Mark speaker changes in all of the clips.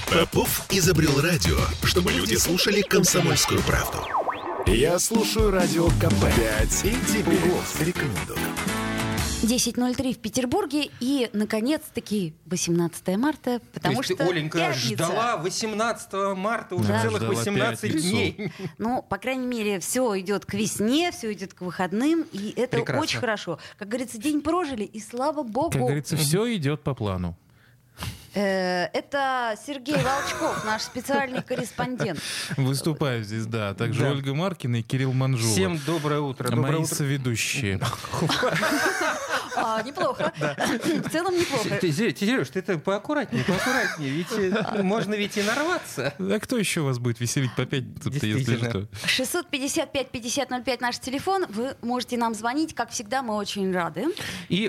Speaker 1: Попов изобрел радио, чтобы люди слушали «Комсомольскую правду». Я слушаю Радио КП. 5 и тебе рекомендую.
Speaker 2: 10:03 в Петербурге. И, наконец-таки, 18 марта, потому что
Speaker 3: Оленька
Speaker 2: пятница.
Speaker 3: ждала 18 марта уже
Speaker 2: Да.
Speaker 3: целых
Speaker 4: Ждала
Speaker 3: 18
Speaker 4: пятницу.
Speaker 3: дней.
Speaker 2: Ну, по крайней мере, все идет к весне, все идет к выходным, и это
Speaker 3: Прекрасно.
Speaker 2: очень хорошо. Как говорится, день прожили, и слава богу.
Speaker 4: Как говорится, все идет по плану.
Speaker 2: Это Сергей Волчков, наш специальный корреспондент.
Speaker 4: Выступаю здесь, да. Также
Speaker 3: Да.
Speaker 4: Ольга Маркина и Кирилл Манжула.
Speaker 3: Всем доброе утро. Доброе
Speaker 4: Мои
Speaker 3: утро.
Speaker 4: соведущие.
Speaker 2: Неплохо. В целом неплохо.
Speaker 3: Сереж, ты это поаккуратнее. Ведь можно ведь и нарваться.
Speaker 4: А кто еще вас будет веселить по пятницам, если
Speaker 3: Действительно.
Speaker 4: что?
Speaker 2: 655-5005 наш телефон. Вы можете нам звонить. Как всегда, мы очень рады.
Speaker 3: И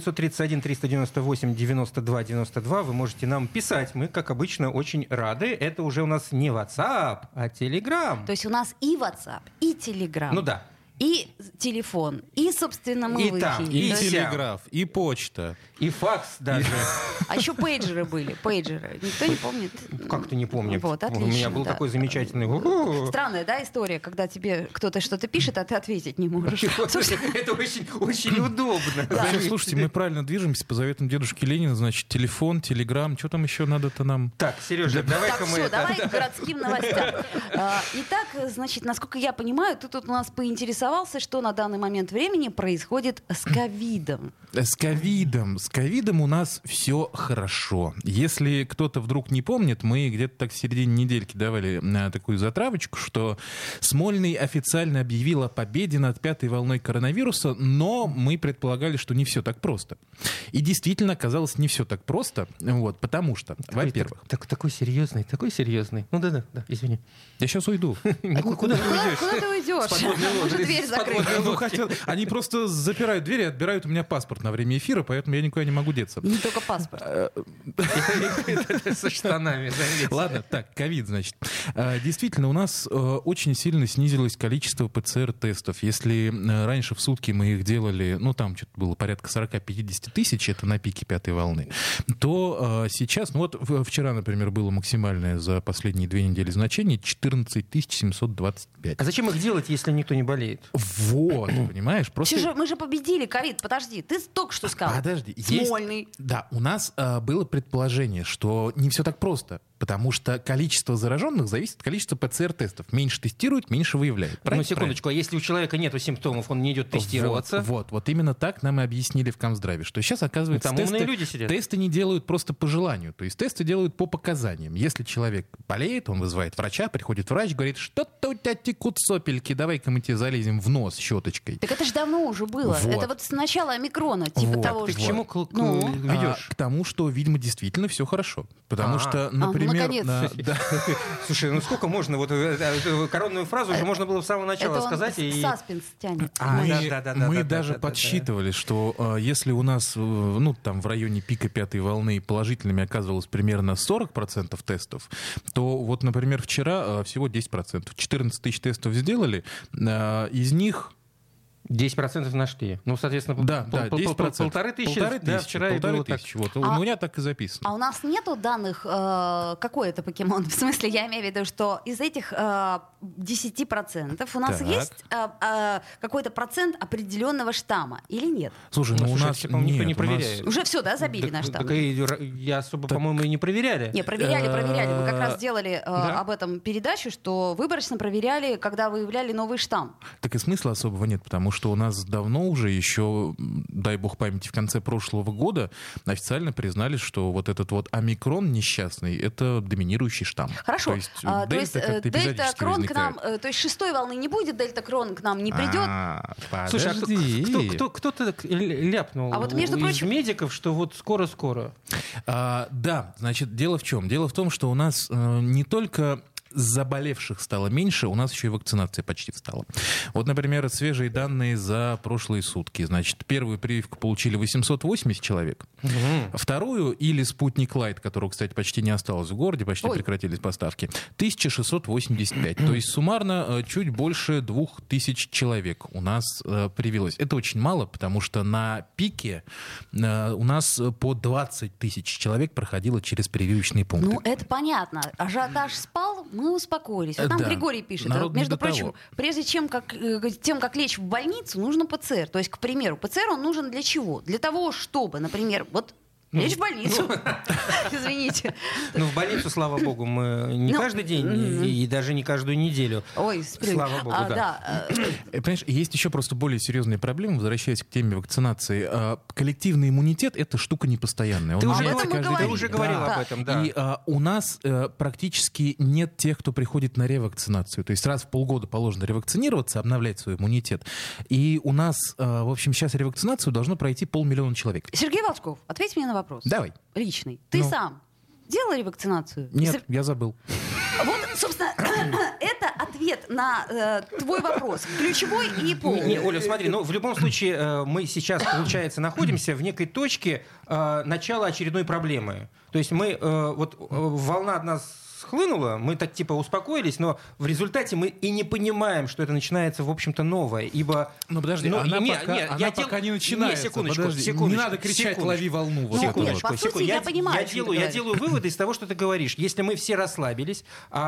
Speaker 3: 8-931-398-92-92 вы можете нам писать. Мы, как обычно, очень рады. Это уже у нас не WhatsApp, а Telegram.
Speaker 2: То есть у нас и WhatsApp, и Telegram.
Speaker 3: Ну да.
Speaker 2: И телефон, и, собственно, мы
Speaker 3: И
Speaker 2: в
Speaker 3: там,
Speaker 2: эфире.
Speaker 4: И
Speaker 3: И сям.
Speaker 4: телеграф, и почта.
Speaker 3: И факс даже.
Speaker 2: А еще пейджеры были, пейджеры. Никто не помнит?
Speaker 3: Как-то не помню.
Speaker 2: Вот,
Speaker 3: У
Speaker 2: отлично.
Speaker 3: меня был
Speaker 2: да.
Speaker 3: такой замечательный...
Speaker 2: Странная, да, история, когда тебе кто-то что-то пишет, а ты ответить не можешь. Слушай,
Speaker 3: Это очень удобно.
Speaker 4: Вообще, слушайте, мы правильно движемся по заветам дедушки Ленина. Значит, телефон, телеграм. Что там еще надо-то нам?
Speaker 3: Так, Сережа, давай-ка
Speaker 2: так,
Speaker 3: мы
Speaker 2: все,
Speaker 3: это...
Speaker 2: давай к городским новостям. Итак, значит, насколько я понимаю, ты тут у нас поинтересовался, что на данный момент времени происходит с ковидом.
Speaker 4: С ковидом у нас все хорошо. Если кто-то вдруг не помнит, мы где-то так в середине недельки давали такую затравочку, что Смольный официально объявил о победе над 5-й волной коронавируса, но мы предполагали, что не все так просто. И действительно оказалось не все так просто, вот, потому что, во-первых...
Speaker 3: Такой серьезный. Ну да, извини.
Speaker 4: Я сейчас уйду.
Speaker 3: Куда ты уйдешь?
Speaker 2: Куда ты уйдешь?
Speaker 3: подводной
Speaker 2: Уже
Speaker 3: лодкой,
Speaker 2: дверь
Speaker 3: с
Speaker 2: закрыта.
Speaker 3: подводной
Speaker 4: Ну, хотел- Они просто запирают двери и отбирают у меня паспорт на время эфира, поэтому я никуда не могу деться.
Speaker 2: Не только паспорт.
Speaker 3: Со штанами, заметьте.
Speaker 4: Ладно, так, ковид, значит. Действительно, у нас очень сильно снизилось количество ПЦР-тестов. Если раньше в сутки мы их делали, ну, там что-то было порядка 40-50 тысяч, это на пике 5-й волны, то сейчас, ну, вот вчера, например, было максимальное за последние 2 недели значение 14 725.
Speaker 3: А зачем их делать, если никто не болеет?
Speaker 4: Вот, понимаешь? Просто...
Speaker 2: Мы же победили ковид. Подожди, ты только что сказал.
Speaker 4: Подожди,
Speaker 2: Смольный.
Speaker 4: Да, у нас было предположение, что не все так просто, потому что количество зараженных зависит от количества ПЦР-тестов. Меньше тестируют, меньше выявляют.
Speaker 3: Ну,
Speaker 4: Правильно?
Speaker 3: секундочку, а если у человека нет симптомов, он не идет тестироваться?
Speaker 4: Вот именно так нам и объяснили в Комздраве, что сейчас, оказывается,
Speaker 3: Там умные люди сидят.
Speaker 4: тесты не делают просто по желанию, то есть тесты делают по показаниям. Если человек болеет, он вызывает врача, приходит врач, говорит, что-то у тебя текут сопельки, давай-ка мы тебе залезем в нос щеточкой.
Speaker 2: Так это же давно уже было.
Speaker 4: Вот.
Speaker 2: Это вот с начала омикрона, типа
Speaker 4: Вот.
Speaker 2: того
Speaker 3: Ты
Speaker 2: же.
Speaker 3: к чему
Speaker 2: Ну.
Speaker 3: ведешь?
Speaker 4: К тому, что, видимо, действительно все хорошо. Потому что,
Speaker 2: ну,
Speaker 4: например...
Speaker 2: наконец.
Speaker 4: да.
Speaker 3: Слушай, ну сколько можно? Вот эту коронную фразу уже можно было с самого начала
Speaker 2: Это он
Speaker 3: сказать.
Speaker 2: саспенс тянет.
Speaker 4: Мы даже подсчитывали, что если у нас ну, там, в районе пика 5-й волны положительными оказывалось примерно 40% тестов, то вот, например, вчера всего 10%. 14 тысяч тестов сделали, из них...
Speaker 3: 10% нашли. Ну, соответственно,
Speaker 4: Да, 10%.
Speaker 3: 1500. Да, вчера и было так.
Speaker 4: Вот. У меня так и записано.
Speaker 2: А у нас нету данных, какой это покемон? В смысле, я имею в виду, что из этих 10% у нас
Speaker 4: Так.
Speaker 2: есть какой-то процент определенного штамма или нет?
Speaker 4: Слушай, ну у
Speaker 3: Слушай,
Speaker 4: нас
Speaker 3: по-моему, никто не
Speaker 4: нет, у нас-
Speaker 3: проверяет.
Speaker 2: Уже все, да, забили на штамм?
Speaker 3: Так и я особо, по-моему, и не проверяли.
Speaker 2: Не, проверяли. Мы как раз делали
Speaker 3: Да.
Speaker 2: об этом передачу, что выборочно проверяли, когда выявляли новый штамм.
Speaker 4: Так и смысла особого нет, потому что у нас давно уже, еще, дай бог памяти, в конце прошлого года официально признали, что вот этот вот омикрон несчастный — это доминирующий штамм.
Speaker 2: Хорошо.
Speaker 4: То есть дельта как-то эпизодически
Speaker 2: дельта-крон к нам,
Speaker 4: возникает.
Speaker 2: то есть 6-й волны не будет, дельта-крон к нам не придет.
Speaker 3: Слушай, а кто-то ляпнул
Speaker 2: А вот, между
Speaker 3: из
Speaker 2: прочим-
Speaker 3: медиков, что вот скоро-скоро.
Speaker 4: Да, значит, дело в чем? Дело в том, что у нас не только заболевших стало меньше, у нас еще и вакцинация почти встала. Вот, например, свежие данные за прошлые сутки. Значит, первую прививку получили 880 человек. Вторую, или «Спутник Лайт», которого, кстати, почти не осталось в городе, почти прекратились поставки, 1685. То есть суммарно чуть больше 2000 человек у нас привилось. Это очень мало, потому что на пике у нас по 20 тысяч человек проходило через прививочные пункты.
Speaker 2: Ну, это понятно. Ажиотаж спал, мы успокоились. Вот нам Григорий пишет.
Speaker 4: Народ
Speaker 2: Между прочим, прежде чем как лечь в больницу, нужно ПЦР. То есть, к примеру, ПЦР он нужен для чего? Для того, чтобы, например, лечь в больницу. Извините.
Speaker 3: Ну, в больницу, слава богу, мы не каждый день и даже не каждую неделю.
Speaker 2: Ой,
Speaker 3: слава богу, да.
Speaker 4: Понимаешь, есть еще просто более серьезные проблемы, возвращаясь к теме вакцинации. Коллективный иммунитет — это штука непостоянная.
Speaker 3: Ты уже говорил об этом, да.
Speaker 4: И у нас практически нет тех, кто приходит на ревакцинацию. То есть раз в полгода положено ревакцинироваться, обновлять свой иммунитет. И у нас, в общем, сейчас ревакцинацию должно пройти 500 000 человек.
Speaker 2: Сергей Волчков, ответь мне на вопрос.
Speaker 4: Давай.
Speaker 2: Личный. Ты сам делал ревакцинацию?
Speaker 4: Нет, я забыл.
Speaker 2: Вот, собственно, это ответ на твой вопрос. Ключевой и полный.
Speaker 3: Не, Оля, смотри, в любом случае мы сейчас, получается, находимся в некой точке начала очередной проблемы. То есть мы, волна от нас схлынула, мы так типа успокоились, но в результате мы и не понимаем, что это начинается, в общем-то, новое, ибо...
Speaker 4: Ну, подожди, она пока не начинается.
Speaker 3: Секундочку.
Speaker 4: Не надо кричать «лови волну».
Speaker 2: Секундочку. Я понимаю,
Speaker 3: я делаю выводы из того, что ты говоришь. Если мы все расслабились,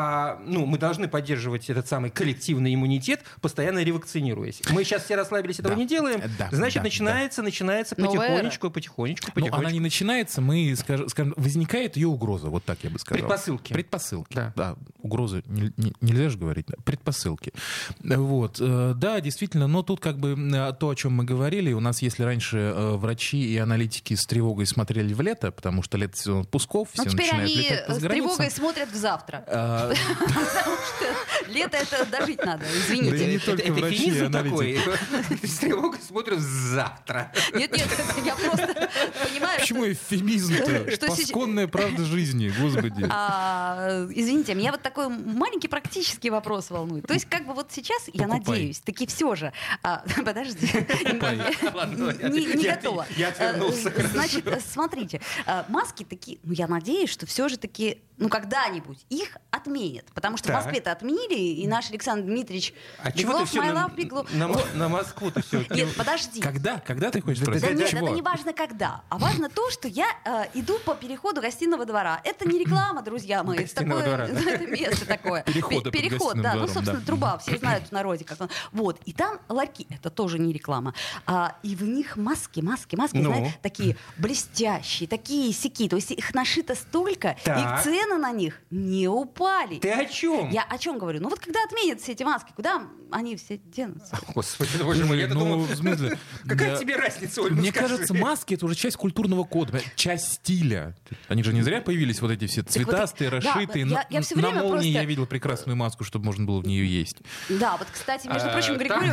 Speaker 3: мы должны поддерживать этот самый коллективный иммунитет, постоянно ревакцинируясь. Мы сейчас все расслабились, этого не делаем, значит, начинается потихонечку.
Speaker 4: Она не начинается, мы, скажем, возникает ее угроза, вот так я бы сказал. Предпосылки. Да, угрозы нельзя же говорить. Предпосылки. Вот. Да, действительно, но тут как бы то, о чем мы говорили, у нас, если раньше врачи и аналитики с тревогой смотрели в лето, потому что лето сезон отпусков, все начинают летать по границам.
Speaker 2: Теперь они с тревогой смотрят в завтра. Потому что лето это дожить надо, извините.
Speaker 4: Да и не только врачи и аналитики.
Speaker 3: С тревогой смотрят завтра.
Speaker 2: Нет, я просто понимаю,
Speaker 4: почему эвфемизм-то? Пасконная правда жизни, господи.
Speaker 2: Извините, меня вот такой маленький практический вопрос волнует. То есть, как бы вот сейчас, я надеюсь, таки все же... Подожди. Не готова.
Speaker 3: Я отвернулся.
Speaker 2: Значит, смотрите, маски такие... Я надеюсь, что все же таки, когда-нибудь их отменят. Потому что в Москве-то отменили, и наш Александр Дмитриевич...
Speaker 3: А чего ты все на Москву-то все?
Speaker 2: Нет, подожди.
Speaker 4: Когда ты хочешь спросить?
Speaker 2: Да нет, это не важно когда. А важно то, что я иду по переходу Гостиного двора. Это не реклама, друзья мои. Это место такое. Переход, да. Ну, собственно, труба, все знают в народе, как он. Вот. И там ларьки, это тоже не реклама. И в них маски, знаете, такие блестящие, такие сяки. То есть их нашито столько, и цены на них не упали.
Speaker 3: Ты о чем?
Speaker 2: Я о чем говорю? Ну вот когда отменят все эти маски, куда они все денутся?
Speaker 3: Господи, боже мой, я думал,
Speaker 4: в смысле,
Speaker 3: какая тебе разница, Оль?
Speaker 4: Мне кажется, маски — это уже часть культурного кода, часть стиля. Они же не зря появились, вот эти все цветастые, расшитые. На молнии я видел прекрасную маску, чтобы можно было в нее есть.
Speaker 2: Да, вот, кстати, между прочим,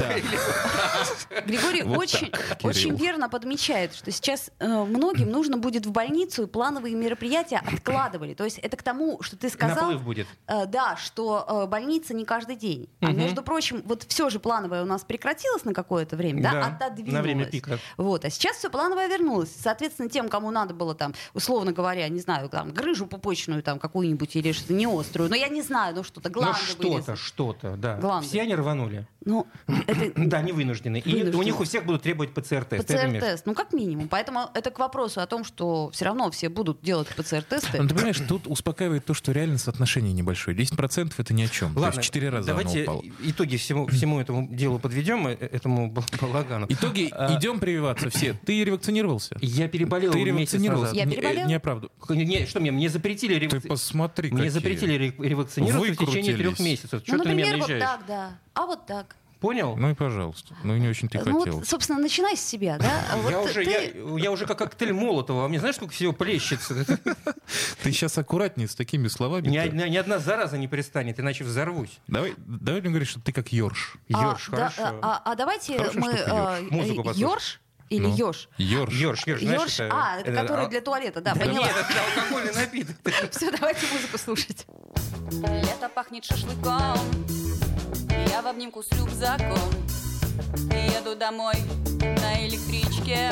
Speaker 2: Григорий очень верно подмечает, что сейчас многим нужно будет в больницу, и плановые мероприятия откладывали. То есть это к тому, что ты сказал...
Speaker 3: Наплыв будет.
Speaker 2: Да, что больница не каждый день. А между прочим, вот все же плановое у нас прекратилось на какое-то время, да, отодвинулось.
Speaker 3: На время пика.
Speaker 2: Вот, а сейчас все плановое вернулось. Соответственно, тем, кому надо было там, условно говоря, не знаю, там, грыжу пупочную там какую-нибудь или что-то не острую, но я не знаю, что-то, гланды были.
Speaker 3: Что-то, да.
Speaker 2: Гланды.
Speaker 3: Все они рванули.
Speaker 2: Ну, это...
Speaker 3: Да, они вынуждены. И у них у всех будут требовать ПЦР-тест.
Speaker 2: ПЦР-тест, как минимум. Поэтому это к вопросу о том, что все равно все будут делать ПЦР-тесты.
Speaker 4: Ну, ты понимаешь, тут успокаивает то, что реально соотношение небольшое. 10% это ни о чем.
Speaker 3: Ладно,
Speaker 4: то есть 4 раза
Speaker 3: давайте
Speaker 4: оно упало.
Speaker 3: Итоги всему этому делу подведем, этому балагану.
Speaker 4: Итоги, идем прививаться все. Ты ревакцинировался?
Speaker 3: Я переболел месяц назад.
Speaker 2: Я переболел?
Speaker 4: Не правду.
Speaker 3: Что мне запретили ревакцинироваться?
Speaker 4: Ты посмотри,
Speaker 3: мне запретили ревакцинироваться в течение 3 месяцев.
Speaker 2: Ну, например, вот так, да. А вот так.
Speaker 3: Понял?
Speaker 4: Ну и пожалуйста. Ну и не очень ты хотел.
Speaker 2: Вот, собственно, начинай с себя, да?
Speaker 3: Я уже как коктейль Молотова. А мне знаешь, сколько всего плещется?
Speaker 4: Ты сейчас аккуратнее с такими словами.
Speaker 3: Ни одна зараза не пристанет, иначе взорвусь.
Speaker 4: Давай будем говорить, что ты как Ёрш.
Speaker 3: Ёрш, хорошо.
Speaker 2: А давайте мы... Ёрш? Или ёж?
Speaker 4: Ёрш.
Speaker 3: Ёрш,
Speaker 2: это который для туалета, да, поняла.
Speaker 3: Нет, это алкогольный напиток.
Speaker 2: Все, давайте музыку слушать. Лето пахнет шашлыком, я в обнимку с рюкзаком еду домой на электричке.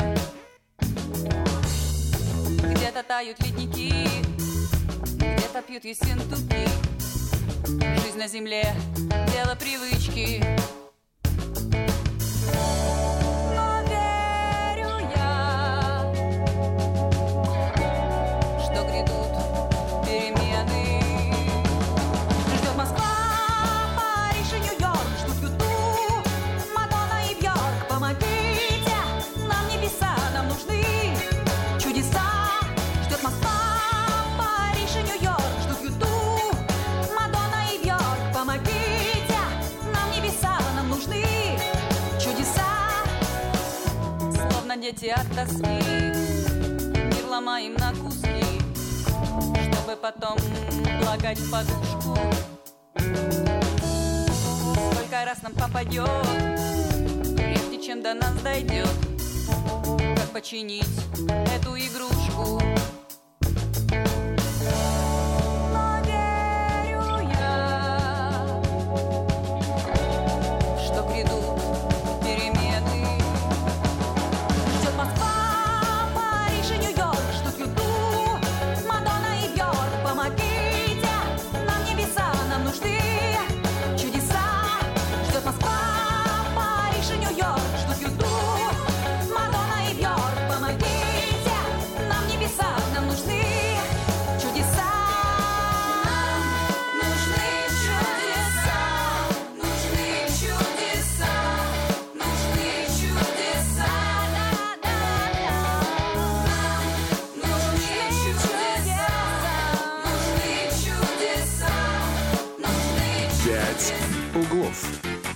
Speaker 2: Где-то тают ледники, где-то пьют ессентуки. Жизнь на земле — дело привычки. Но верю я, что грядут перемены. Ждет Москва, Париж и Нью-Йорк, ждут Ютуб, Мадонна и Бьорк. Помогите нам, небеса, нам нужны чудеса. Ждет Москва, Париж и Нью-Йорк, ждут Ютуб, Мадонна и Бьорк. Помогите нам, небеса, нам нужны чудеса. Словно дети от тоски, мир ломаем на куски, чтобы потом плакать в подушку. Сколько раз нам попадет, прежде чем до нас дойдет, как починить эту игрушку. Но верю я, что грядут перемены. Ждет Москва, Париж и Нью-Йорк, ждут Ютуб, Мадонна и Бьорк. Помогите нам, небеса, нам нужны чудеса. Ждет Москва, Париж и Нью-Йорк, ждут Ютуб, Мадонна и Бьорк. Помогите нам, небеса, нам нужны чудеса. Нужны чудеса, нужны чудеса, нужны чудеса. Нужны чудеса, нужны чудеса, нужны
Speaker 1: «Пять углов».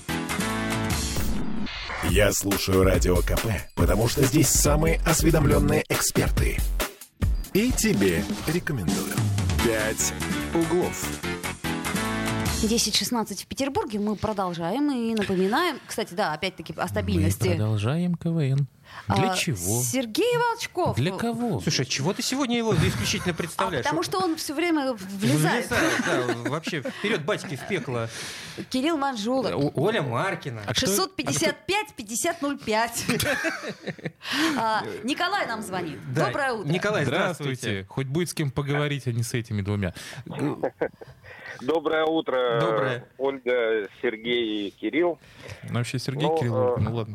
Speaker 1: Я слушаю Радио КП, потому что здесь самые осведомленные эксперты. И тебе рекомендую. «Пять углов».
Speaker 2: 10:16 в Петербурге. Мы продолжаем и напоминаем, кстати, да, опять-таки о стабильности.
Speaker 4: Мы продолжаем КВН. Для чего?
Speaker 2: Сергей Волчков.
Speaker 4: Для кого?
Speaker 3: Слушай, чего ты сегодня его исключительно представляешь?
Speaker 2: Потому что он все время влезает.
Speaker 3: Да, вообще вперед, батьки, в пекло.
Speaker 2: Кирилл Манжула.
Speaker 3: Оля Маркина.
Speaker 2: 655-5005. Николай нам звонит.
Speaker 3: Да,
Speaker 2: Доброе утро.
Speaker 3: Николай,
Speaker 4: Здравствуйте. Хоть будет с кем поговорить, а не с этими двумя.
Speaker 5: Доброе утро,
Speaker 3: Доброе.
Speaker 5: Ольга, Сергей и Кирилл.
Speaker 4: Ну, вообще Сергей Кирилл, ну ладно.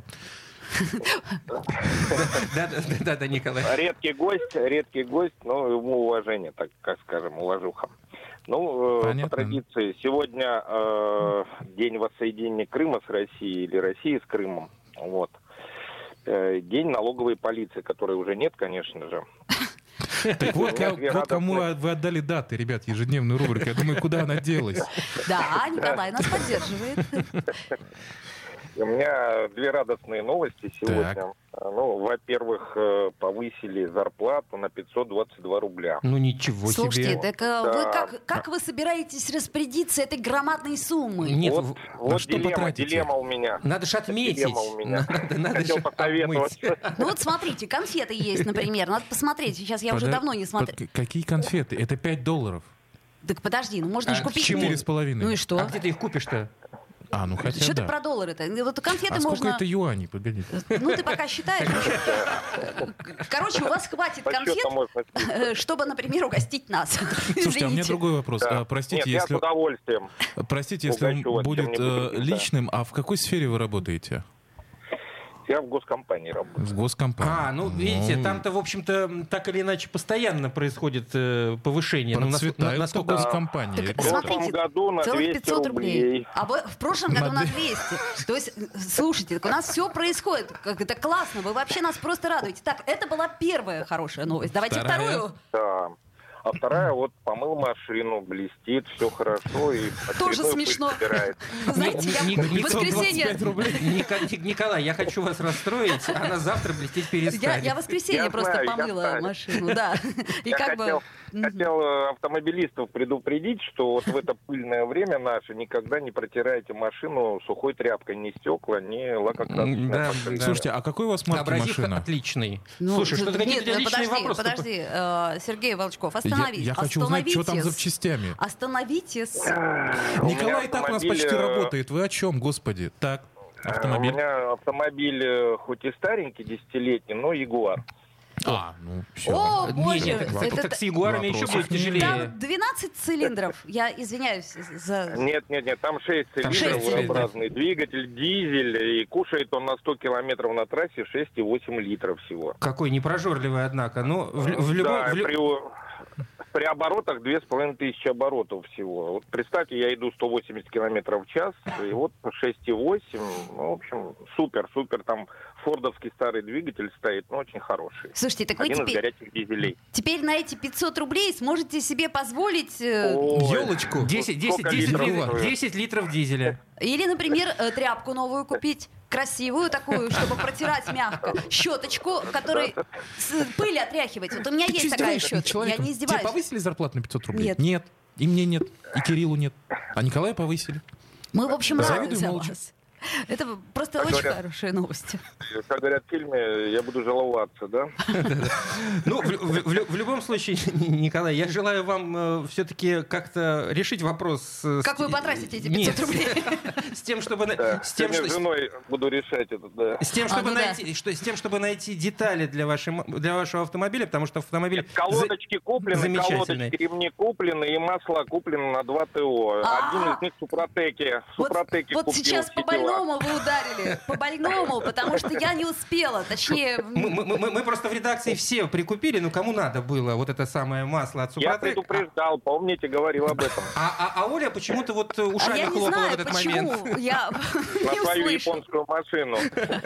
Speaker 3: Да, Николай.
Speaker 5: Редкий гость, но ему уважение, так как скажем, уважуха. Ну,
Speaker 4: Понятно.
Speaker 5: по традиции, сегодня день воссоединения Крыма с Россией или России с Крымом. Вот. День налоговой полиции, которой уже нет, конечно же.
Speaker 4: Так вот кому вы отдали даты, ребят, ежедневную рубрику. Я думаю, куда она делась?
Speaker 2: Да, Николай нас поддерживает.
Speaker 5: У меня две радостные новости сегодня.
Speaker 4: Так.
Speaker 5: Ну, во-первых, повысили зарплату на 522 рубля.
Speaker 3: Ну ничего себе.
Speaker 2: Слушайте, так вы как вы собираетесь распорядиться этой громадной суммой?
Speaker 3: Нет,
Speaker 5: Вот
Speaker 4: что потратите?
Speaker 5: дилемма у меня.
Speaker 3: надо же отметить.
Speaker 5: Дилемма у меня.
Speaker 3: Надо
Speaker 5: Хотел
Speaker 3: же
Speaker 5: посоветовать.
Speaker 3: отметить.
Speaker 2: Ну вот смотрите, конфеты есть, например. Надо посмотреть. Сейчас я уже давно не смотрю.
Speaker 4: Какие конфеты? Это $5.
Speaker 2: Так подожди, ну можно же
Speaker 3: А
Speaker 2: купить.
Speaker 3: к чему?
Speaker 4: 4,5.
Speaker 2: Ну и что?
Speaker 3: А где ты их купишь-то?
Speaker 4: Ну хотя
Speaker 2: Что ты
Speaker 4: да.
Speaker 2: про доллары-то? Вот конфеты
Speaker 4: А сколько
Speaker 2: можно...
Speaker 4: это юаней? Погодите.
Speaker 2: Ну, ты пока считаешь. Короче, у вас хватит конфет, чтобы, например, угостить нас.
Speaker 4: Слушайте, а у меня другой вопрос.
Speaker 5: Да.
Speaker 4: Простите,
Speaker 5: Нет, я с удовольствием.
Speaker 4: Простите, если
Speaker 5: Угощу
Speaker 4: он
Speaker 5: вас
Speaker 4: будет
Speaker 5: чем-нибудь, да.
Speaker 4: личным, а в какой сфере вы работаете?
Speaker 5: Я в госкомпании работаю.
Speaker 4: В госкомпании.
Speaker 3: Ну, видите, там-то, в общем-то, так или иначе постоянно происходит повышение. Ну,
Speaker 4: Процветают
Speaker 3: насколько...
Speaker 4: госкомпании.
Speaker 2: Так,
Speaker 4: ребята.
Speaker 5: В
Speaker 2: смотрите,
Speaker 5: этом году на
Speaker 2: целых
Speaker 5: 200
Speaker 2: 500 рублей.
Speaker 5: рублей.
Speaker 2: А в прошлом году на 200. То есть, слушайте, так у нас все происходит. Это классно, вы вообще нас просто радуете. Так, это была первая хорошая новость. Давайте вторую.
Speaker 5: Да. А вторая, вот помыл машину, блестит, все хорошо. И
Speaker 2: Тоже
Speaker 5: очередной
Speaker 2: смешно.
Speaker 5: пыль собирает.
Speaker 2: Знаете, я в воскресенье...
Speaker 3: Николай, я хочу вас расстроить, она завтра блестеть перестанет.
Speaker 2: Я в воскресенье
Speaker 5: Я
Speaker 2: просто
Speaker 5: знаю, я
Speaker 2: помыла
Speaker 5: знаю.
Speaker 2: машину, да. И
Speaker 5: Я
Speaker 2: как бы...
Speaker 5: хотел автомобилистов предупредить, что вот в это пыльное время наше никогда не протирайте машину сухой тряпкой, ни стекла, ни лакокрасочной
Speaker 3: Да,
Speaker 5: машины.
Speaker 4: Слушайте, а какой у вас марки
Speaker 3: Абразив
Speaker 4: машина?
Speaker 3: отличный.
Speaker 2: Ну,
Speaker 3: Слушай, что-то какие-то
Speaker 2: нет,
Speaker 3: личные вопросы.
Speaker 2: подожди, Сергей Волчков, остановитесь.
Speaker 4: Я хочу узнать, что там за запчастями.
Speaker 2: Остановитесь.
Speaker 4: Николай так у нас почти работает. Вы о чем, господи? Так, автомобиль.
Speaker 5: У меня автомобиль хоть и старенький, 10-летний, но Ягуар.
Speaker 4: Ну все.
Speaker 2: О, боже,
Speaker 3: так с Ягуарами еще будет тяжелее.
Speaker 2: Там 12 цилиндров. Я извиняюсь за...
Speaker 5: Нет, там 6 цилиндров, разный двигатель, дизель, и кушает он на 100 километров на трассе 6,8 литров всего.
Speaker 3: Какой непрожорливый, однако. Ну,
Speaker 5: при оборотах 2500 оборотов всего. Вот представьте, я иду 180 километров в час, и вот 6,8, в общем, супер, там фордовский старый двигатель стоит, но очень хороший.
Speaker 2: Слушайте, так вы
Speaker 5: один из горячих дизелей.
Speaker 2: Теперь на эти 500 рублей сможете себе позволить...
Speaker 3: елочку. 10 литров дизеля.
Speaker 2: Или, например, тряпку новую купить. Красивую такую, чтобы протирать мягко. Щеточку, которой пыль отряхивать. Вот у меня есть такая щетка. Я не издеваюсь.
Speaker 4: Тебе повысили зарплату на 500 рублей?
Speaker 2: Нет.
Speaker 4: И мне нет. И Кириллу нет. А Николая повысили.
Speaker 2: Мы, в общем, рады за
Speaker 4: молча.
Speaker 2: вас. Это просто очень хорошие новости.
Speaker 5: Как говорят в фильме, я буду жаловаться, да?
Speaker 3: Ну, в любом случае, Николай, я желаю вам все-таки как-то решить вопрос...
Speaker 2: Как вы потратите эти 500 рублей?
Speaker 3: С тем, чтобы...
Speaker 5: С женой буду решать это, да.
Speaker 3: С тем, чтобы найти детали для вашего автомобиля, потому что автомобиль
Speaker 5: колодочки куплены, колодочки, ремни куплены и масло куплено на 2 ТО. Один из них Супротеки.
Speaker 2: Вот сейчас по больному вы ударили. По больному, потому что я не успела. Точнее...
Speaker 3: Мы просто в редакции все прикупили, но кому надо было вот это самое масло от Супротек.
Speaker 5: Я предупреждал, помните, говорил об этом.
Speaker 3: А Оля почему-то вот ушами хлопала в этот момент.
Speaker 2: Я
Speaker 5: на свою японскую машину.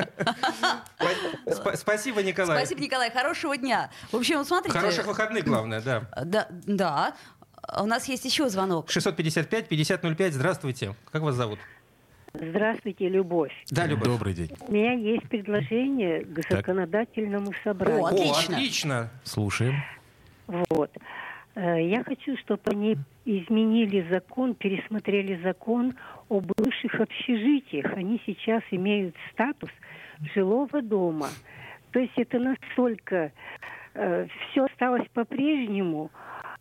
Speaker 3: Спасибо, Николай.
Speaker 2: Спасибо, Николай. Хорошего дня. В общем, смотрите...
Speaker 3: Хороших выходных, главное, да.
Speaker 2: Да. У нас есть еще звонок.
Speaker 3: 655-5005. Здравствуйте. Как вас зовут?
Speaker 6: Здравствуйте, Любовь.
Speaker 3: Да, Любовь.
Speaker 4: Добрый день.
Speaker 6: У меня есть предложение к законодательному собранию.
Speaker 3: Отлично.
Speaker 4: Слушаем.
Speaker 6: Вот. Я хочу, чтобы они изменили закон, пересмотрели закон о бывших общежитиях. Они сейчас имеют статус жилого дома. То есть это настолько... все осталось по-прежнему.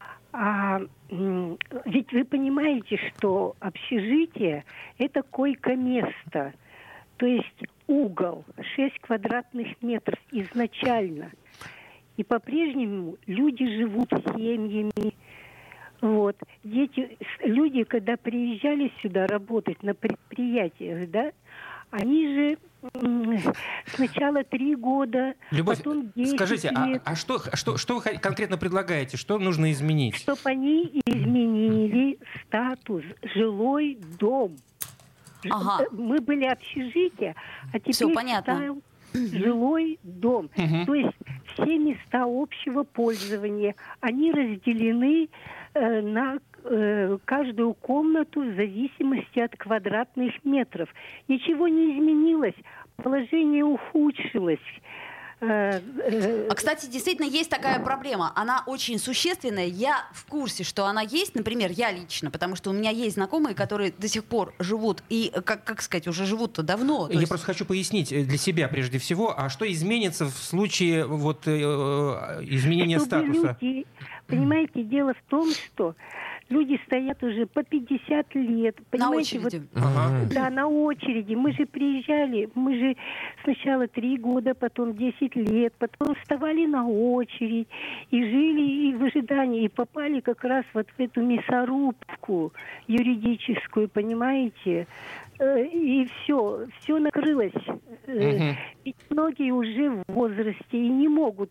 Speaker 6: Ведь вы понимаете, что общежитие – это койко-место, то есть угол 6 квадратных метров изначально. И по-прежнему люди живут семьями. Вот. Люди, когда приезжали сюда работать на предприятиях, да, они же сначала 3 года,
Speaker 3: Любовь,
Speaker 6: потом 10
Speaker 3: скажите,
Speaker 6: лет.
Speaker 3: Что вы конкретно предлагаете? Что нужно изменить?
Speaker 6: Чтобы они изменили статус жилой дом.
Speaker 2: Ага.
Speaker 6: Мы были общежитие, а теперь стал жилой дом. То есть все места общего пользования, они разделены на каждую комнату в зависимости от квадратных метров. Ничего не изменилось, положение ухудшилось.
Speaker 2: Кстати, действительно есть такая проблема. Она очень существенная. Я в курсе, что она есть. Например, я лично, потому что у меня есть знакомые, которые до сих пор живут и, как сказать, уже живут-то давно.
Speaker 3: Я просто хочу пояснить для себя прежде всего, а что изменится в случае изменения статуса?
Speaker 6: Люди, понимаете, дело в том, что люди стоят уже по 50 лет.
Speaker 2: На очереди.
Speaker 6: Да, на очереди. Мы же приезжали, мы же сначала 3 года, потом 10 лет, потом вставали на очередь и жили и в ожидании, и попали как раз вот в эту мясорубку юридическую, понимаете? И все накрылось. Ведь многие уже в возрасте и не могут,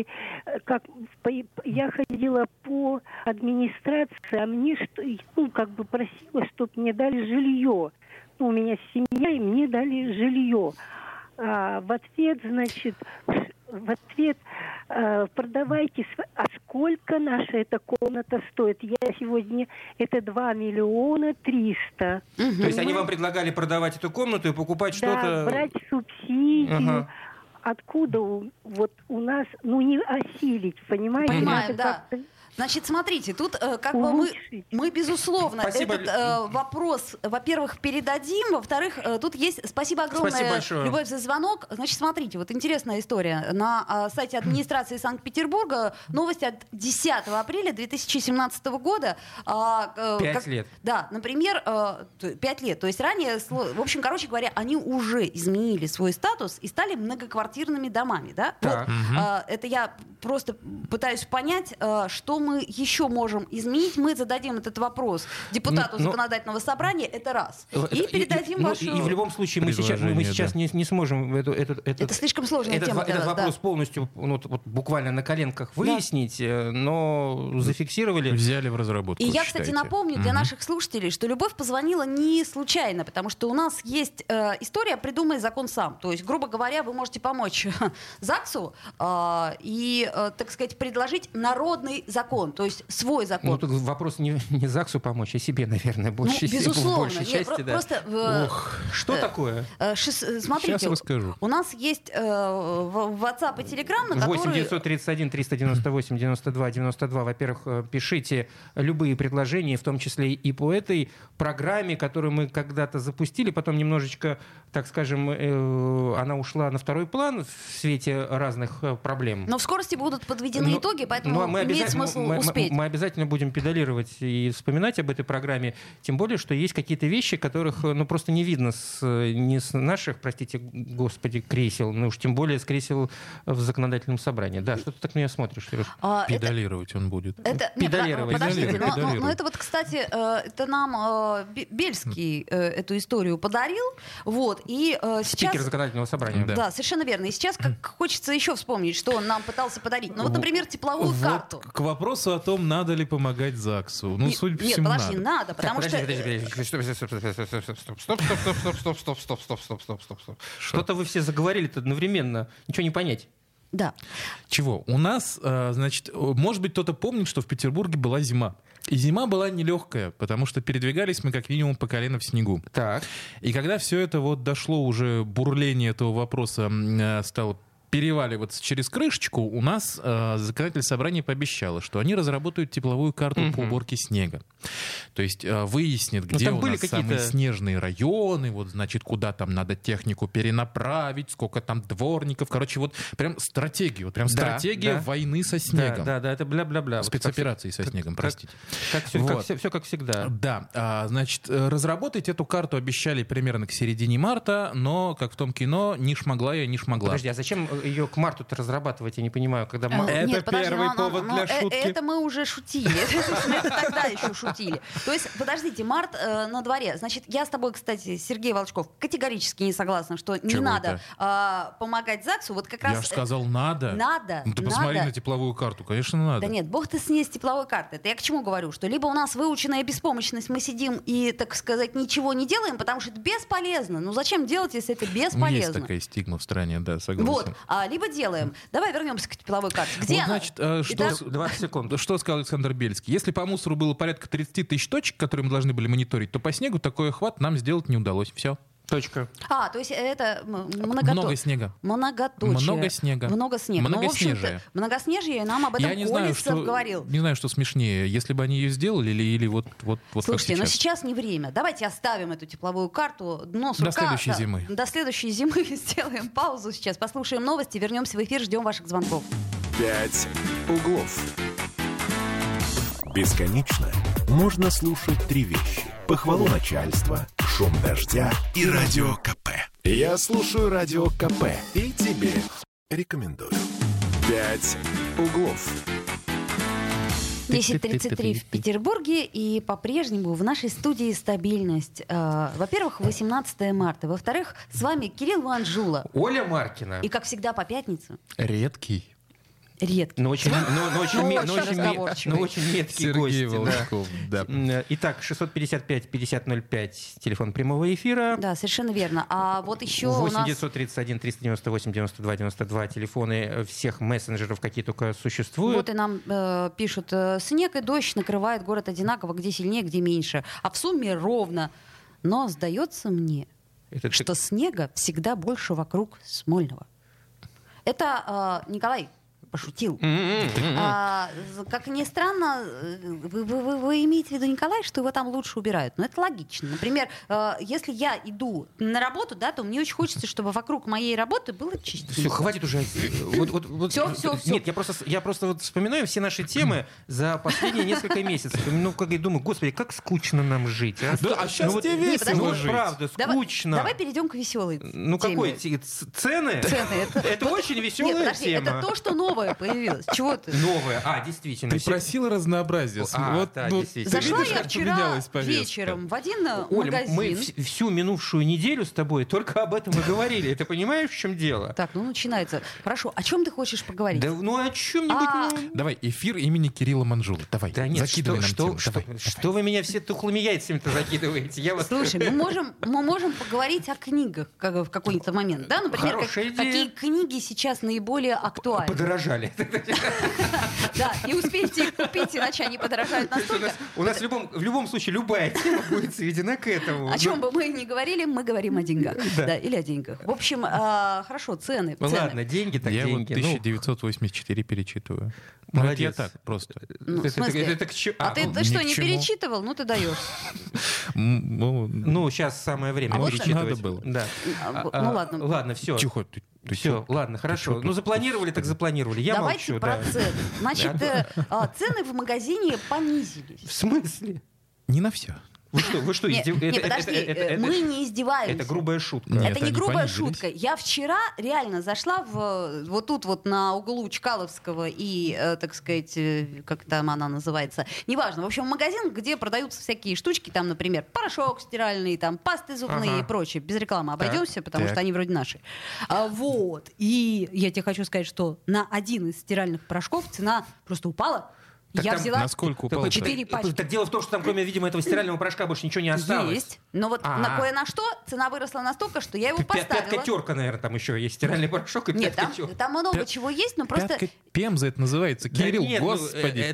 Speaker 6: я ходила по администрации, а мне просила, чтобы мне дали жилье. У меня семья, и мне дали жилье. А в ответ, продавайте, а сколько наша эта комната стоит? Я сегодня, это 2 300 000.
Speaker 3: То есть они вам предлагали продавать эту комнату и покупать что-то?
Speaker 6: Да, брать субсидию. Откуда вот у нас, не осилить, понимаете?
Speaker 2: Понимаем, да. Значит, смотрите, тут как бы мы безусловно,
Speaker 3: Спасибо.
Speaker 2: этот вопрос, во-первых, передадим, во-вторых, тут есть, спасибо огромное, Любовь, за звонок. Значит, смотрите, вот интересная история. На сайте администрации Санкт-Петербурга новости от 10 апреля 2017 года.
Speaker 3: 5 лет.
Speaker 2: Да, например, 5 лет. То есть ранее, в общем, короче говоря, они уже изменили свой статус и стали многоквартирными домами. Да? Вот, это я просто пытаюсь понять, что мы еще можем изменить. Мы зададим этот вопрос депутату законодательного собрания, это раз. И передадим вашу...
Speaker 3: И в любом случае мы сейчас не сможем
Speaker 2: это слишком сложная тема для
Speaker 3: этот
Speaker 2: вас,
Speaker 3: вопрос полностью вот буквально на коленках выяснить, но зафиксировали.
Speaker 4: Взяли в разработку.
Speaker 2: И я, кстати, напомню для наших слушателей, что Любовь позвонила не случайно, потому что у нас есть история «Придумай закон сам». То есть, грубо говоря, вы можете помочь ЗАГСу и, так сказать, предложить народный закон, то есть свой закон.
Speaker 3: Ну, тут вопрос не ЗАГСу помочь, а себе, наверное, больше.
Speaker 2: Безусловно.
Speaker 3: В большей части, да.
Speaker 2: Просто,
Speaker 3: что такое?
Speaker 2: Смотрите,
Speaker 4: сейчас расскажу.
Speaker 2: У нас есть WhatsApp и Telegram, на которые...
Speaker 3: 8 931 398 92 92. Во-первых, пишите любые предложения, в том числе и по этой программе, которую мы когда-то запустили, потом немножечко, так скажем, она ушла на второй план в свете разных проблем.
Speaker 2: Но в скорости будут подведены итоги, поэтому имеет смысл успеть.
Speaker 3: Мы обязательно будем педалировать и вспоминать об этой программе, тем более, что есть какие-то вещи, которых просто не видно не с наших, простите, господи, кресел, но уж тем более с кресел в законодательном собрании. Да, что ты так на меня смотришь, Сереж?
Speaker 4: Педалировать он будет.
Speaker 3: Педалировать.
Speaker 2: Подождите, но это вот, кстати, это нам Бельский эту историю подарил. Вот, и сейчас...
Speaker 3: Спикер законодательного собрания.
Speaker 2: Да, совершенно верно. И сейчас хочется еще вспомнить, что он нам пытался подарить. Ну вот, например, тепловую карту.
Speaker 4: К вопросу о том, надо ли помогать ЗАГСу. Ну, судя по всему,
Speaker 2: подожди, надо, потому что...
Speaker 3: Стоп. Что-то вы все заговорили-то одновременно. Ничего не понять.
Speaker 2: Да.
Speaker 4: Чего? У нас, значит, может быть, кто-то помнит, что в Петербурге была зима. И зима была нелегкая, потому что передвигались мы как минимум по колено в снегу.
Speaker 3: Так.
Speaker 4: И когда все это вот дошло, уже бурление этого вопроса стало переваливаться через крышечку, у нас законодательное собрание пообещало, что они разработают тепловую карту по уборке снега. То есть выяснят, где у нас самые снежные районы, вот, значит, куда там надо технику перенаправить, сколько там дворников. Короче, вот прям стратегия, вот прям стратегия войны со снегом.
Speaker 3: Да, это бля-бля-бля.
Speaker 4: Спецоперации со снегом, простите.
Speaker 3: Все как всегда.
Speaker 4: Да, значит, разработать эту карту обещали примерно к середине марта, но, как в том кино, не шмогла.
Speaker 3: Подожди, а зачем ее к марту-то разрабатывать, я не понимаю, когда...
Speaker 4: Это первый повод для шутки.
Speaker 2: Это мы уже шутили. Это тогда еще шутили. То есть, подождите, март на дворе. Значит, я с тобой, кстати, Сергей Волчков, категорически не согласна, что не надо помогать ЗАГСу. Вот как раз...
Speaker 4: Я же сказал, надо.
Speaker 2: Надо.
Speaker 4: Ну ты посмотри на тепловую карту, конечно, надо.
Speaker 2: Да нет, бог ты с ней, с тепловой карты. Это я к чему говорю? Что либо у нас выученная беспомощность, мы сидим и, так сказать, ничего не делаем, потому что это бесполезно. Ну зачем делать, если это бесполезно?
Speaker 4: Есть такая стигма в стране, да, согласен.
Speaker 2: Вот. Либо делаем. Давай вернемся к тепловой карте. Где
Speaker 4: вот,
Speaker 2: она?
Speaker 4: значит, 20 секунд. Что сказал Александр Бельский? Если по мусору было порядка 30 тысяч точек, которые мы должны были мониторить, то по снегу такой охват нам сделать не удалось. Все.
Speaker 3: Точка.
Speaker 2: То есть это
Speaker 4: много снега.
Speaker 2: Многоточие.
Speaker 4: Много снега.
Speaker 2: Много снега.
Speaker 4: Многоснежие.
Speaker 2: Многоснежие, нам об этом Колесов говорил.
Speaker 4: Не знаю, что смешнее, если бы они ее сделали или вот
Speaker 2: Слушайте,
Speaker 4: как
Speaker 2: но сейчас не время. Давайте оставим эту тепловую карту до
Speaker 4: следующей зимы.
Speaker 2: До следующей зимы сделаем паузу сейчас, послушаем новости, вернемся в эфир, ждем ваших звонков.
Speaker 1: 5 углов. Бесконечно можно слушать три вещи. Похвалу начальства, шум дождя и радио КП. Я слушаю радио КП и тебе рекомендую. 5 углов.
Speaker 2: 10:33 в Петербурге, и по-прежнему в нашей студии стабильность. Во-первых, 18 марта. Во-вторых, с вами Кирилл Манжула.
Speaker 3: Оля Маркина.
Speaker 2: И, как всегда, по пятницам.
Speaker 4: Редкий.
Speaker 2: Редкий.
Speaker 3: Но очень меткий
Speaker 4: Сергей
Speaker 3: гость.
Speaker 4: Волчков, да.
Speaker 3: Итак, 655-5005, телефон прямого эфира.
Speaker 2: Да, совершенно верно. А вот еще
Speaker 3: 8 931 398 92 92 телефоны всех мессенджеров, какие только существуют.
Speaker 2: Вот и нам пишут, снег и дождь накрывают город одинаково, где сильнее, где меньше. А в сумме ровно. Но сдается мне, что снега всегда больше вокруг Смольного. Это Николай. пошутил. Как ни странно, вы имеете в виду, Николай, что его там лучше убирают. Но это логично. Например, если я иду на работу, да, то мне очень хочется, чтобы вокруг моей работы было чистенько.
Speaker 3: Все, хватит уже.
Speaker 2: Все.
Speaker 3: Нет, я просто вот вспоминаю все наши темы за последние несколько месяцев. Ну, как я думаю, господи, как скучно нам жить. А
Speaker 4: сейчас тебе весело жить.
Speaker 3: Правда, скучно.
Speaker 2: Давай перейдем к веселой теме.
Speaker 3: Ну, какой? Цены? Это очень веселая тема.
Speaker 2: Это то, что новое появилось. Чего ты?
Speaker 3: Новое. Действительно.
Speaker 4: Ты просила разнообразия.
Speaker 2: Зашла я вчера вечером в один магазин.
Speaker 3: Мы всю минувшую неделю с тобой только об этом и говорили. Ты понимаешь, в чем дело?
Speaker 2: Так, начинается. Хорошо, о чем ты хочешь поговорить?
Speaker 3: Да, о чем-нибудь.
Speaker 4: Давай, эфир имени Кирилла Манжулы. Давай, закидывай нам тему.
Speaker 3: Что вы меня все тухлыми яйцами-то закидываете?
Speaker 2: Слушай, мы можем поговорить о книгах в какой-то момент. Да? Например, какие книги сейчас наиболее актуальны.
Speaker 3: Подорожали.
Speaker 2: Да, не успеете их купить, иначе они подорожают настолько.
Speaker 3: У нас в любом случае любая тема будет сведена к этому.
Speaker 2: О чем бы мы ни говорили, мы говорим о деньгах. Да, или о деньгах. В общем, хорошо, цены.
Speaker 3: Ладно, деньги так
Speaker 4: деньги.
Speaker 3: Я
Speaker 4: вот 1984 перечитываю.
Speaker 3: Молодец.
Speaker 4: Я так просто.
Speaker 2: В смысле? Ты что, не перечитывал? Ну ты даешь.
Speaker 3: Ну, сейчас самое время перечитывать.
Speaker 4: Надо было.
Speaker 3: Да.
Speaker 2: Ну ладно.
Speaker 3: Ладно, все.
Speaker 4: Тихо.
Speaker 3: Все, ладно, хорошо. Ну, запланировали, так запланировали. Я
Speaker 2: Давайте
Speaker 3: молчу.
Speaker 2: про цены. Значит, цены в магазине понизились.
Speaker 3: В смысле?
Speaker 4: Не на все.
Speaker 3: Вы что,
Speaker 2: издеваетесь? Подожди, мы не издеваемся.
Speaker 3: Это грубая шутка.
Speaker 4: Нет,
Speaker 2: это не грубая
Speaker 4: понизились.
Speaker 2: шутка. Я вчера реально зашла вот тут вот на углу Чкаловского и, так сказать, как там она называется, неважно. В общем, магазин, где продаются всякие штучки, там, например, порошок стиральный, там, пасты зубные и прочее. Без рекламы обойдемся, потому что они вроде наши. Вот. И я тебе хочу сказать, что на один из стиральных порошков цена просто упала.
Speaker 3: Так
Speaker 2: я
Speaker 3: там
Speaker 2: взяла
Speaker 4: насколько упало?
Speaker 2: 4 пачки.
Speaker 3: Так дело в том, что там, кроме, видимо, этого стирального порошка больше ничего не осталось.
Speaker 2: Есть. Но вот на кое-на что цена выросла настолько, что я его поставила.
Speaker 3: Пятка-терка, наверное, там еще есть. Стиральный порошок и
Speaker 2: Нет,
Speaker 3: пятка-терка.
Speaker 2: там много чего есть, но просто...
Speaker 4: Пятка Пемза это называется. Кирилл,
Speaker 3: нет,
Speaker 4: господи.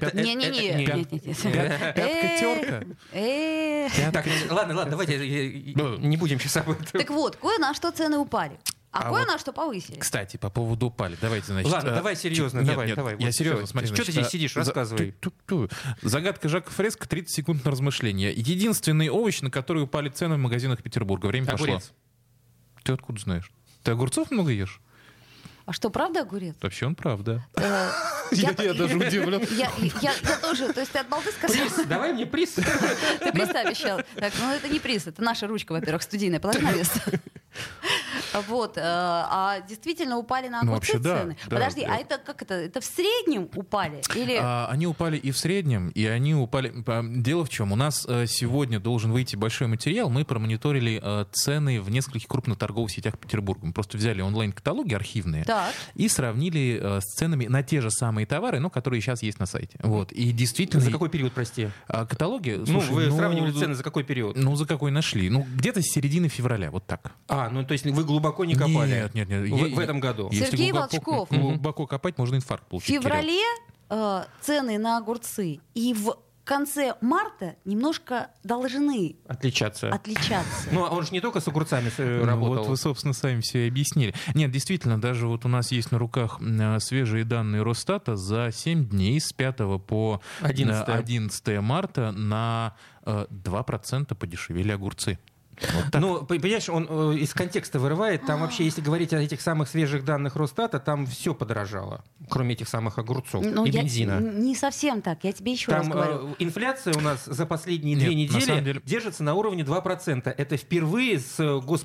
Speaker 2: Не-не-не.
Speaker 4: Пятка-терка.
Speaker 3: Ладно, давайте не будем сейчас об этом.
Speaker 2: Так вот, кое-на что цены упали. А кое-на что повысили.
Speaker 4: Кстати, по поводу упали. Давайте, значит...
Speaker 3: Ладно, давай серьезно. Давай.
Speaker 4: Я серьезно, смотри.
Speaker 3: Что ты здесь сидишь? Рассказывай.
Speaker 4: Загадка Жака Фреско, 30 секунд на размышление. Единственный овощ, на который упали цены в магазинах Петербурга. Время пошло.
Speaker 3: Огурец.
Speaker 4: Ты откуда знаешь? Ты огурцов много ешь?
Speaker 2: А что, правда огурец?
Speaker 4: Вообще он правда.
Speaker 2: Я
Speaker 4: даже удивлен.
Speaker 2: Я тоже. То есть ты от балды сказал?
Speaker 3: Приз, давай мне приз.
Speaker 2: Ты приз обещал. Так, это не приз, это наша ручка, во-первых, студийная. Положи на место. Вот. А действительно упали на огурцы цены? Подожди, а это как это? Это в среднем упали? Или...
Speaker 4: Они упали и в среднем, и они упали... Дело в чем? У нас сегодня должен выйти большой материал. Мы промониторили цены в нескольких крупных торговых сетях Петербурга. Мы просто взяли онлайн-каталоги архивные и сравнили с ценами на те же самые товары, которые сейчас есть на сайте. Вот. И действительно...
Speaker 3: За какой период, прости?
Speaker 4: Каталоги...
Speaker 3: Слушай, вы сравнивали цены за какой период?
Speaker 4: За какой нашли. Где-то с середины февраля, вот так.
Speaker 3: То есть вы глубоко не копали?
Speaker 4: Нет.
Speaker 3: В этом году?
Speaker 2: Сергей Волчков.
Speaker 4: Глубоко копать, можно инфаркт получить.
Speaker 2: В феврале цены на огурцы и в конце марта немножко должны
Speaker 3: отличаться. Он же не только с огурцами работал.
Speaker 4: Вот вы, собственно, сами все и объяснили. Нет, действительно, даже вот у нас есть на руках свежие данные Росстата за 7 дней с 5 по 11 марта на 2% подешевели огурцы. Вот
Speaker 3: понимаешь, он из контекста вырывает. Там вообще, если говорить о этих самых свежих данных Росстата, там все подорожало, кроме этих самых огурцов и бензина.
Speaker 2: Не совсем так, я тебе еще раз говорю.
Speaker 3: Инфляция у нас за последние 2 недели держится на уровне 2%. Это впервые с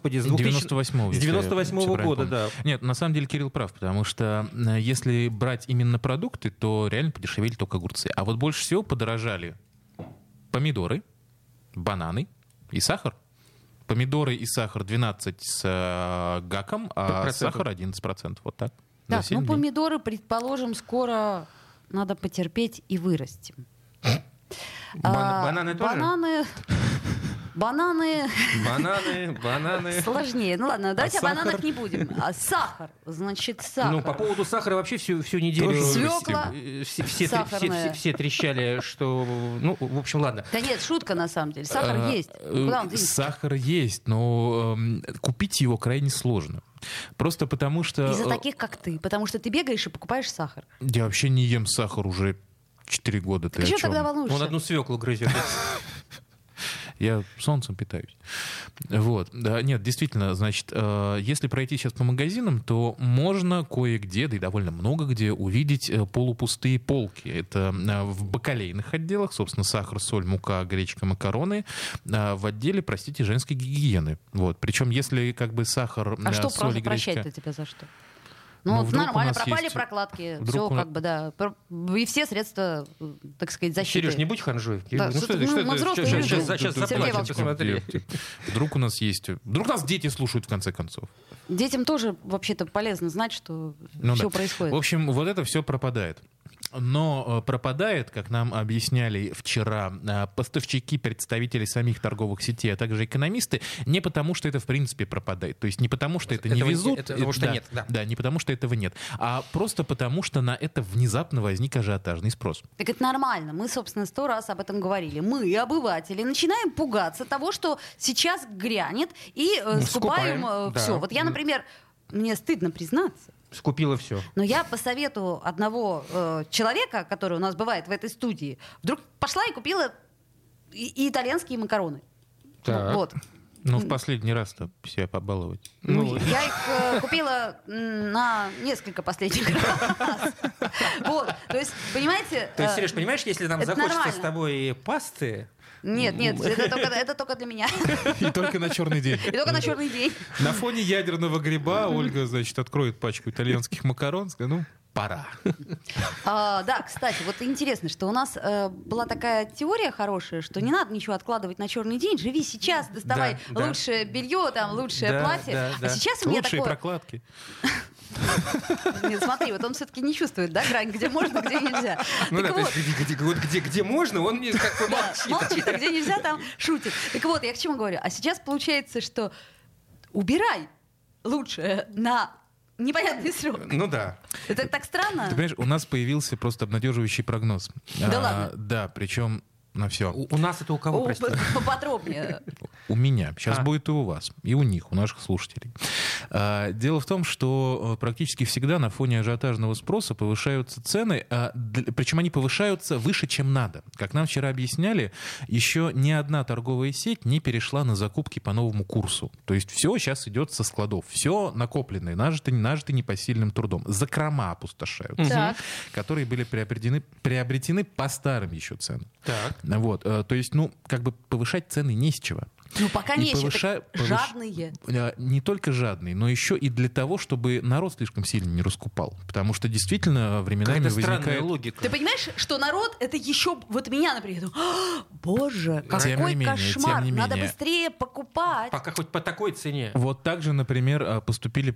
Speaker 3: 98-го года. Да.
Speaker 4: Нет, на самом деле Кирилл прав, потому что если брать именно продукты, то реально подешевели только огурцы. А вот больше всего подорожали помидоры, бананы и сахар. Помидоры и сахар 12 с гаком, а сахар 11%. Вот так.
Speaker 2: Так, помидоры, предположим, скоро надо потерпеть и вырастим.
Speaker 3: Бананы тоже?
Speaker 2: Бананы... Бананы.
Speaker 3: Бананы.
Speaker 2: Сложнее. Ну ладно, давайте о бананах не будем. А сахар. Значит, сахар.
Speaker 3: Ну, по поводу сахара вообще всю неделю...
Speaker 2: Свекла
Speaker 3: Все трещали, что... Ну, в общем, ладно.
Speaker 2: Да нет, шутка на самом деле. Сахар есть. Куда он денется?
Speaker 4: Сахар есть, но купить его крайне сложно. Просто потому что...
Speaker 2: Из-за таких, как ты. Потому что ты бегаешь и покупаешь сахар.
Speaker 4: Я вообще не ем сахар уже 4 года. Ты
Speaker 2: что тогда волнуешься?
Speaker 3: Он одну свеклу грызет.
Speaker 4: Я солнцем питаюсь. Вот. Да, нет, действительно, значит, если пройти сейчас по магазинам, то можно кое-где, да и довольно много где, увидеть полупустые полки. Это в бакалейных отделах, собственно, сахар, соль, мука, гречка, макароны. В отделе, простите, женской гигиены. Вот. Причем, если как бы сахар,
Speaker 2: а что
Speaker 4: соль и гречка...
Speaker 2: прощать-то тебя за что? Ну, нормально, пропали есть... прокладки, все как бы, да. И все средства, так сказать, защиты.
Speaker 3: Сереж, не будь ханжой.
Speaker 2: Да,
Speaker 3: ну что это? Сейчас заплатим, посмотри.
Speaker 4: Вдруг у нас дети слушают, в конце концов.
Speaker 2: Детям тоже, вообще-то, полезно знать, что все происходит.
Speaker 4: В общем, вот это все пропадает. Но пропадает, как нам объясняли вчера поставщики, представители самих торговых сетей, а также экономисты, не потому, что это в принципе пропадает. То есть не потому, что это не везут.
Speaker 3: Потому что нет.
Speaker 4: Да, не потому, что этого нет. А просто потому, что на это внезапно возник ажиотажный спрос.
Speaker 2: Так это нормально. Мы, собственно, 100 раз об этом говорили. Мы, обыватели, начинаем пугаться того, что сейчас грянет, и скупаем все. Вот я, например, мне стыдно признаться,
Speaker 3: скупила все.
Speaker 2: Но я по совету одного человека, который у нас бывает в этой студии, вдруг пошла и купила и итальянские макароны.
Speaker 3: Так.
Speaker 2: Вот.
Speaker 4: Ну, в последний раз-то себя побаловать.
Speaker 2: Ну, я их купила на несколько последних раз. Вот, то есть, понимаете...
Speaker 3: То есть, Сереж, понимаешь, если нам захочется с тобой пасты...
Speaker 2: Нет, это только для меня.
Speaker 4: И только на черный день.
Speaker 2: И только на черный день.
Speaker 4: На фоне ядерного гриба Ольга, значит, откроет пачку итальянских макарон, скажет, пора.
Speaker 2: Да, кстати, вот интересно, что у нас была такая теория хорошая, что не надо ничего откладывать на черный день. Живи сейчас, доставай лучшее белье, там, лучшее платье. А сейчас у меня такое...
Speaker 4: Лучшие прокладки.
Speaker 2: Нет, смотри, вот он все-таки не чувствует, да, грань, где можно, где нельзя.
Speaker 3: Ну да, то есть где можно, он мне как бы
Speaker 2: молчит, а где нельзя, там шутит. Так вот, я к чему говорю. А сейчас получается, что убирай лучше на непонятный срок.
Speaker 3: Ну да.
Speaker 2: Это так странно.
Speaker 4: Ты понимаешь, у нас появился просто обнадеживающий прогноз.
Speaker 2: Да ладно?
Speaker 4: Да, причем на все.
Speaker 3: У нас это у кого, простите?
Speaker 2: Поподробнее.
Speaker 4: У меня. Сейчас будет и у вас, и у них, у наших слушателей. Дело в том, что практически всегда на фоне ажиотажного спроса повышаются цены, причем они повышаются выше, чем надо. Как нам вчера объясняли, еще ни одна торговая сеть не перешла на закупки по новому курсу. То есть все сейчас идет со складов. Все накопленное, нажито непосильным трудом. Закрома опустошаются, которые были приобретены по старым еще ценам.
Speaker 3: Так.
Speaker 4: Вот, то есть, как бы повышать цены не с чего.
Speaker 2: Ну, пока нечего. Жадные.
Speaker 4: Не только жадные, но еще и для того, чтобы народ слишком сильно не раскупал. Потому что действительно временами возникает...
Speaker 3: логика.
Speaker 2: Ты понимаешь, что народ, это еще... Вот меня, например, боже, какой кошмар. Надо быстрее покупать.
Speaker 3: Пока хоть по такой цене.
Speaker 4: Вот так же, например, поступили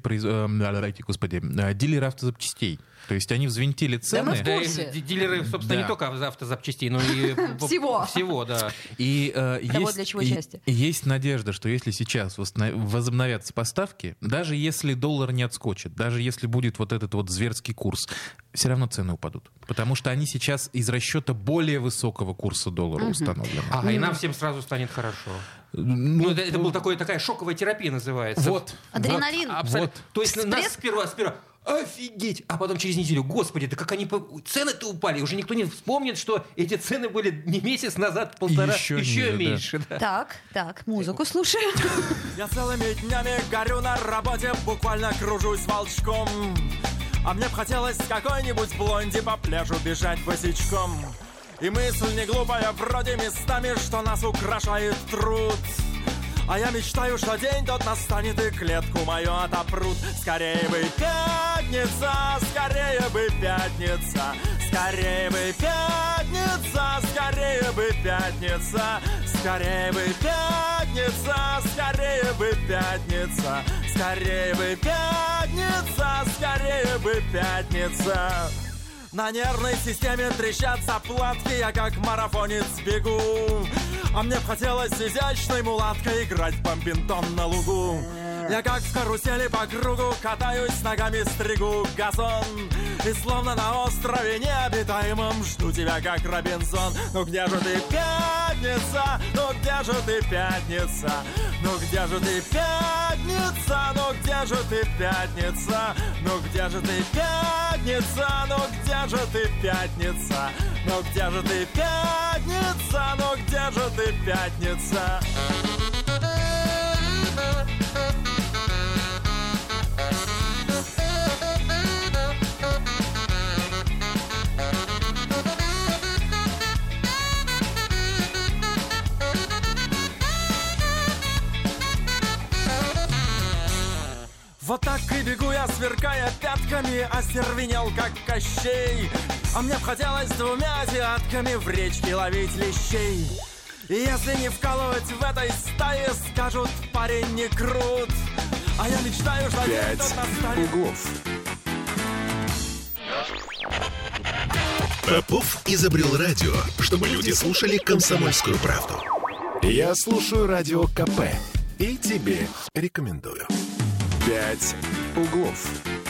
Speaker 4: дилеры автозапчастей. То есть они взвинтили цены.
Speaker 2: Да, мы в курсе.
Speaker 3: Дилеры, собственно, не только автозапчастей, но и всего, да.
Speaker 2: И для чего счастье?
Speaker 4: Есть надежда, что если сейчас возобновятся поставки, даже если доллар не отскочит, даже если будет вот этот вот зверский курс, все равно цены упадут. Потому что они сейчас из расчета более высокого курса доллара установлены.
Speaker 3: И нам всем сразу станет хорошо. Это была такая шоковая терапия называется.
Speaker 4: Вот.
Speaker 2: Адреналин.
Speaker 3: Вот. То есть нас сперва офигеть! А потом через неделю, господи, да как они... Цены-то упали, уже никто не вспомнит, что эти цены были не месяц назад, полтора, еще меньше. Да.
Speaker 2: Так, музыку слушаем.
Speaker 7: Я целыми днями горю на работе, буквально кружусь волчком. А мне б хотелось с какой-нибудь блонди по пляжу бежать босичком. И мысль не глупая, вроде местами, что нас украшает труд. А я мечтаю, что день тот настанет и клетку мою отопрут. Скорее бы пятница, скорее бы пятница, скорее бы пятница, скорее бы пятница, скорее бы пятница, скорее бы пятница, скорее бы пятница, скорее бы пятница. На нервной системе трещат заплатки, я как марафонец бегу. А мне б хотелось с изящной мулаткой играть в бомбинтон на лугу. Я как в карусели по кругу катаюсь, ногами стригу газон. И словно на острове необитаемом жду тебя, как Робинзон. Ну где же ты, пятница? Ну где же ты, пятница? Ну где же ты, пятница? Ну где же ты, пятница? Ну где же ты, пятница? Ну где же ты, пятница? Ну где же ты, пятница? Ну где же ты, пятница? Вот так и бегу я, сверкая пятками, остервенел, как Кощей. А мне б хотелось двумя девятками в речке ловить лещей. И если не вкалывать в этой стае, скажут, парень не крут. А я мечтаю, что один тот настанет.
Speaker 1: Углов. Попов изобрел радио, чтобы люди слушали «Комсомольскую правду». Я слушаю радио КП и тебе рекомендую. 5 углов.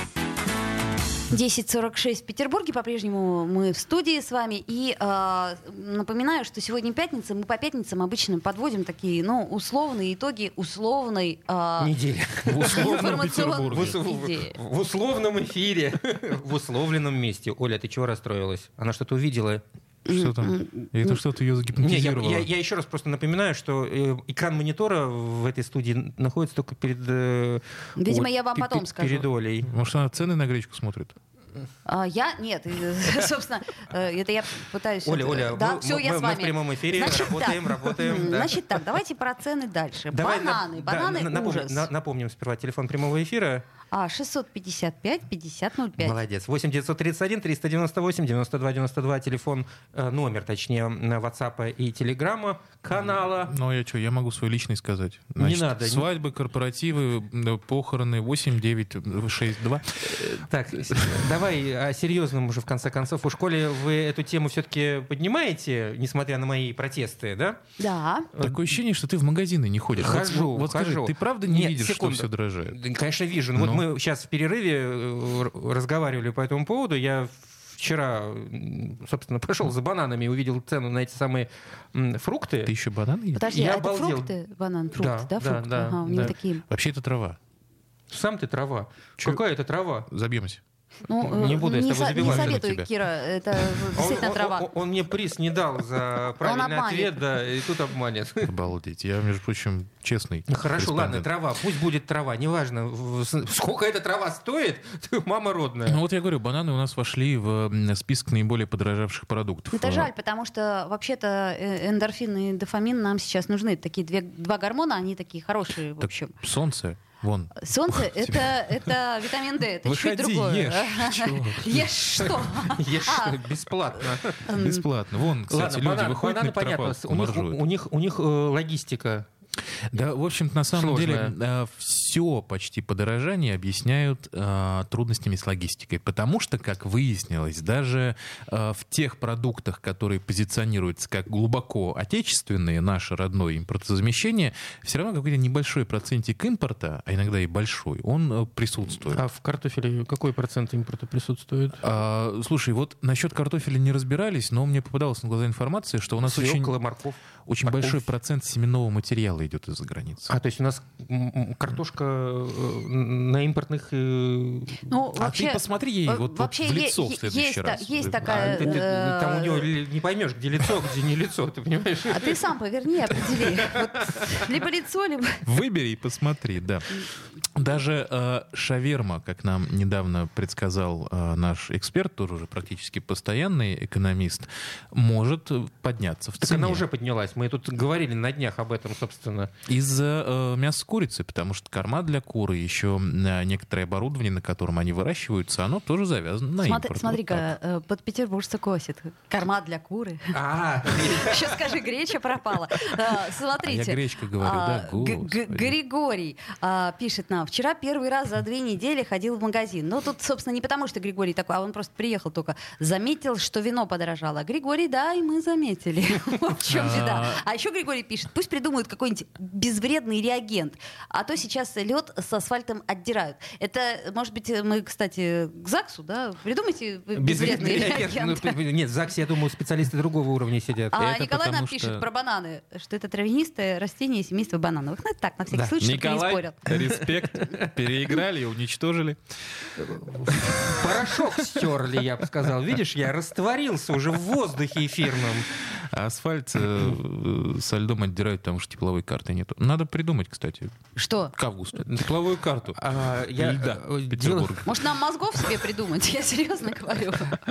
Speaker 2: 10:46 в Петербурге. По-прежнему мы в студии с вами. И напоминаю, что сегодня пятница. Мы по пятницам обычно подводим такие, условные итоги условной
Speaker 3: недели.
Speaker 4: В условном
Speaker 2: Петербурге.
Speaker 3: В условном эфире. В условленном месте. Оля, ты чего расстроилась? Она что-то увидела?
Speaker 4: Что там? Это что-то ее загипнотизировало.
Speaker 3: Я еще раз просто напоминаю, что экран монитора в этой студии находится только перед...
Speaker 2: Видимо, я вам потом скажу.
Speaker 3: Перед Олей.
Speaker 4: Может, она цены на гречку смотрит?
Speaker 2: Нет, собственно, это я пытаюсь...
Speaker 3: Оля,
Speaker 2: да, все, я с вами.
Speaker 3: Мы в прямом эфире, работаем. Да.
Speaker 2: Значит так, давайте про цены дальше. Бананы, ужас.
Speaker 3: Напомним сперва телефон прямого эфира.
Speaker 2: 655-5005.
Speaker 3: Молодец. 8-931-398-92-92, телефон, номер, точнее, WhatsApp и Телеграма, канала.
Speaker 4: Ну, я могу свой личный сказать. Значит,
Speaker 3: не надо.
Speaker 4: Свадьбы, корпоративы, похороны 8962.
Speaker 3: Так, давай о серьезном уже, в конце концов. В школе вы эту тему все-таки поднимаете, несмотря на мои протесты, да?
Speaker 2: Да.
Speaker 4: Такое ощущение, что ты в магазины не ходишь.
Speaker 3: Хожу.
Speaker 4: Скажи, ты правда не видишь, что все дорожает?
Speaker 3: Конечно, вижу. Вот мы сейчас в перерыве разговаривали по этому поводу. Я вчера, собственно, пошел за бананами и увидел цену на эти самые фрукты.
Speaker 4: Ты еще бананы едишь?
Speaker 2: Подожди, это фрукты? Банан, фрукты, да? Фрукты?
Speaker 3: Да.
Speaker 2: У них такие...
Speaker 4: Вообще это трава.
Speaker 3: Сам ты трава. Какая это трава?
Speaker 4: Забьемся.
Speaker 3: Не буду я с тобой забивать.
Speaker 2: Не советую, Кира, это действительно трава.
Speaker 3: Он мне приз не дал за правильный ответ, да, и тут обманет.
Speaker 4: Обалдеть. Я, между прочим, честный.
Speaker 3: Хорошо, ладно, трава, пусть будет трава, неважно, сколько эта трава стоит, мама родная.
Speaker 4: Ну вот я говорю, бананы у нас вошли в список наиболее подорожавших продуктов.
Speaker 2: Это жаль, потому что вообще-то эндорфин и дофамин нам сейчас нужны. Такие два гормона, они такие хорошие, в общем.
Speaker 4: Солнце. Вон.
Speaker 2: Солнце — это витамин D, это чуть другое. Ешь что?
Speaker 3: Ешь что? Бесплатно.
Speaker 4: Бесплатно. Вон, кстати, люди выходят на Петропавловскую, маржуют.
Speaker 3: У них логистика.
Speaker 4: Да, в общем-то, на самом деле, все почти подорожание объясняют трудностями с логистикой. Потому что, как выяснилось, даже в тех продуктах, которые позиционируются как глубоко отечественные, наше родное импортозамещение, все равно какой-то небольшой процентик импорта, а иногда и большой, он присутствует.
Speaker 3: А в картофеле какой процент импорта присутствует?
Speaker 4: Слушай, вот насчет картофеля не разбирались, но мне попадалась на глаза информация, что у нас очень большой процент семенного материала идет из-за границы.
Speaker 3: То есть у нас картошка на импортных...
Speaker 4: Вообще, ты посмотри ей вот в лицо в следующий раз.
Speaker 2: Есть такая...
Speaker 3: Там у него не поймешь, где лицо, где не лицо, ты понимаешь?
Speaker 2: А ты сам поверни, определи. Либо лицо, либо...
Speaker 4: Выбери и посмотри, да. Даже шаверма, как нам недавно предсказал наш эксперт, тоже уже практически постоянный экономист, может подняться в цене.
Speaker 3: Так она уже поднялась. Мы тут говорили на днях об этом, собственно.
Speaker 4: Из-за мяса курицы, потому что корма для куры, еще некоторое оборудование, на котором они выращиваются, оно тоже завязано на импорт.
Speaker 2: Смотри-ка, под петербуржца косит. Корма для куры. Еще скажи, греча пропала. Смотрите.
Speaker 4: Я гречка говорю, да?
Speaker 2: Григорий пишет нам. Вчера первый раз за 2 недели ходил в магазин. Ну, тут, собственно, не потому, что Григорий такой, а он просто приехал только. Заметил, что вино подорожало. Григорий, да, и мы заметили. В чем беда? А еще Григорий пишет, пусть придумают какой-нибудь безвредный реагент, а то сейчас лед с асфальтом отдирают. Это, может быть, мы, кстати, к ЗАГСу, да? Придумайте безвредный реагент.
Speaker 3: Нет, в ЗАГСе, я думаю, специалисты другого уровня сидят.
Speaker 2: А Николай нам пишет про бананы, что это травянистое растение семейства банановых. Ну, это так, на всякий случай, чтобы ты не спорил.
Speaker 4: Респект. Переиграли, уничтожили.
Speaker 3: Порошок стерли, я бы сказал. Видишь, я растворился уже в воздухе эфирном.
Speaker 4: Асфальт со льдом отдирают, потому что тепловой карты нету. Надо придумать, кстати.
Speaker 2: Что?
Speaker 4: К августу. Тепловую карту. Льда Петербурга.
Speaker 2: Может, нам мозгов себе придумать? Я серьезно говорю.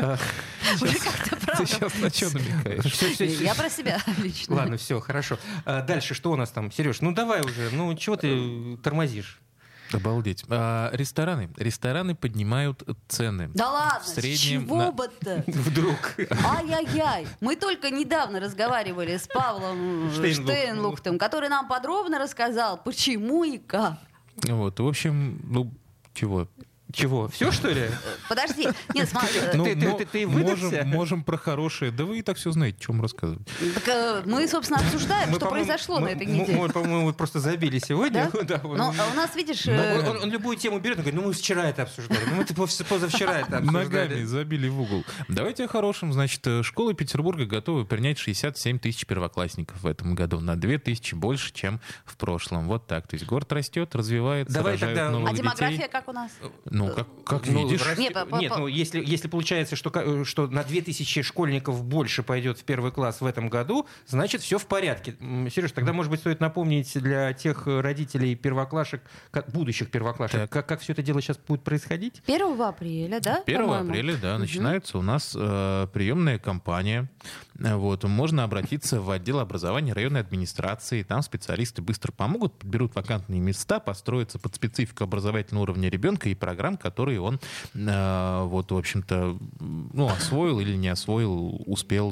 Speaker 2: Уже как-то правда.
Speaker 4: Ты сейчас на что намекаешь?
Speaker 2: Я про себя лично.
Speaker 3: Ладно, все, хорошо. Дальше что у нас там? Сереж, ну давай уже. Ну, чего ты тормозишь?
Speaker 4: Обалдеть. Рестораны поднимают цены.
Speaker 2: Да ладно,
Speaker 4: в среднем
Speaker 2: с чего бы-то?
Speaker 3: Вдруг.
Speaker 2: Ай-яй-яй. Мы только недавно разговаривали с Павлом Штейнлухтом, который нам подробно рассказал, почему и как.
Speaker 4: Вот, в общем, ну, чего?
Speaker 3: Чего? Все, что ли?
Speaker 2: Подожди. Нет, смотри.
Speaker 3: Ты выдохся?
Speaker 4: Можем про хорошее. Да вы и так все знаете, чем рассказывать.
Speaker 2: Так мы, собственно, обсуждаем, что произошло на этой неделе.
Speaker 3: Мы, по-моему, просто забили сегодня.
Speaker 2: Да? Но у нас, видишь...
Speaker 3: Он любую тему берет и говорит, ну мы вчера это обсуждали, ну мы позавчера это обсуждали.
Speaker 4: Ногами забили в угол. Давайте о хорошем. Значит, школы Петербурга готовы принять 67 тысяч первоклассников в этом году. На 2 тысячи больше, чем в прошлом. Вот так. То есть город растет, развивается, рожают новых детей.
Speaker 2: А демография как у нас?
Speaker 4: Ну, как видишь.
Speaker 3: Нет, ну, если получается, что на 2000 школьников больше пойдет в первый класс в этом году, значит, все в порядке. Сереж, тогда, может быть, стоит напомнить для тех родителей первоклашек, будущих первоклашек, как все это дело сейчас будет происходить?
Speaker 2: 1 апреля, да?
Speaker 4: 1 апреля, да, начинается у нас приемная кампания. Вот, можно обратиться в отдел образования районной администрации. Там специалисты быстро помогут, подберут вакантные места, построятся под специфику образовательного уровня ребенка и программ, которые он, вот, в общем-то, ну, освоил или не освоил, успел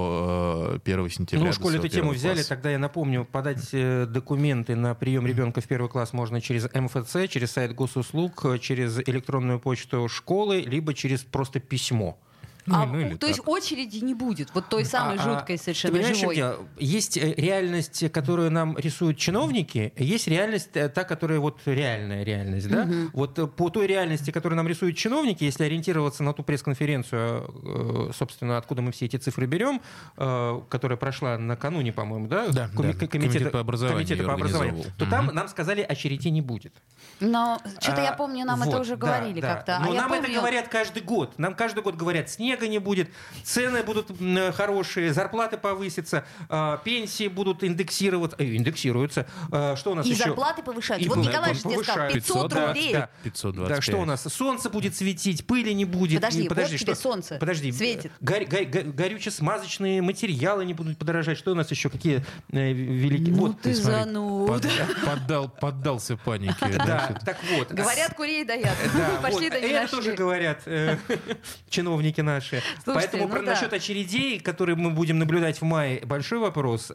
Speaker 4: до 1 сентября.
Speaker 3: Ну, в школе эту тему взяли, тогда я напомню, подать документы на прием ребенка в 1 класс можно через МФЦ, через сайт госуслуг, через электронную почту школы, либо через просто письмо.
Speaker 2: То есть очереди не будет, вот той самой жуткой совершенно живой.
Speaker 3: Есть реальность, которую нам рисуют чиновники, есть реальность, та, которая вот реальная реальность. Да? Вот по той реальности, которую нам рисуют чиновники, если ориентироваться на ту пресс-конференцию, собственно, откуда мы все эти цифры берем, которая прошла накануне, по-моему, да?
Speaker 4: Комитет по образованию,
Speaker 3: то там нам сказали, очередей не будет.
Speaker 2: Но что-то я помню, нам это уже говорили как-то.
Speaker 3: Но нам это говорят каждый год. Нам каждый год говорят, снега не будет, цены будут хорошие, зарплаты повысятся, пенсии будут индексируются. Что у нас
Speaker 2: и
Speaker 3: еще?
Speaker 2: И зарплаты повышаются. Вот Николай же тебе сказал, 500 рублей.
Speaker 4: 525.
Speaker 3: Да, что у нас? Солнце будет светить, пыли не будет.
Speaker 2: Подожди, вот тебе солнце светит.
Speaker 3: Горюче-смазочные материалы не будут подорожать. Что у нас еще? Какие великие...
Speaker 2: Ну вот, ты зануда.
Speaker 4: Поддался панике.
Speaker 3: Да, так вот.
Speaker 2: Говорят, курей даят. Пошли, да не нашли.
Speaker 3: Это тоже говорят чиновники наши.
Speaker 2: Слушайте,
Speaker 3: поэтому насчет очередей, которые мы будем наблюдать в мае, большой вопрос.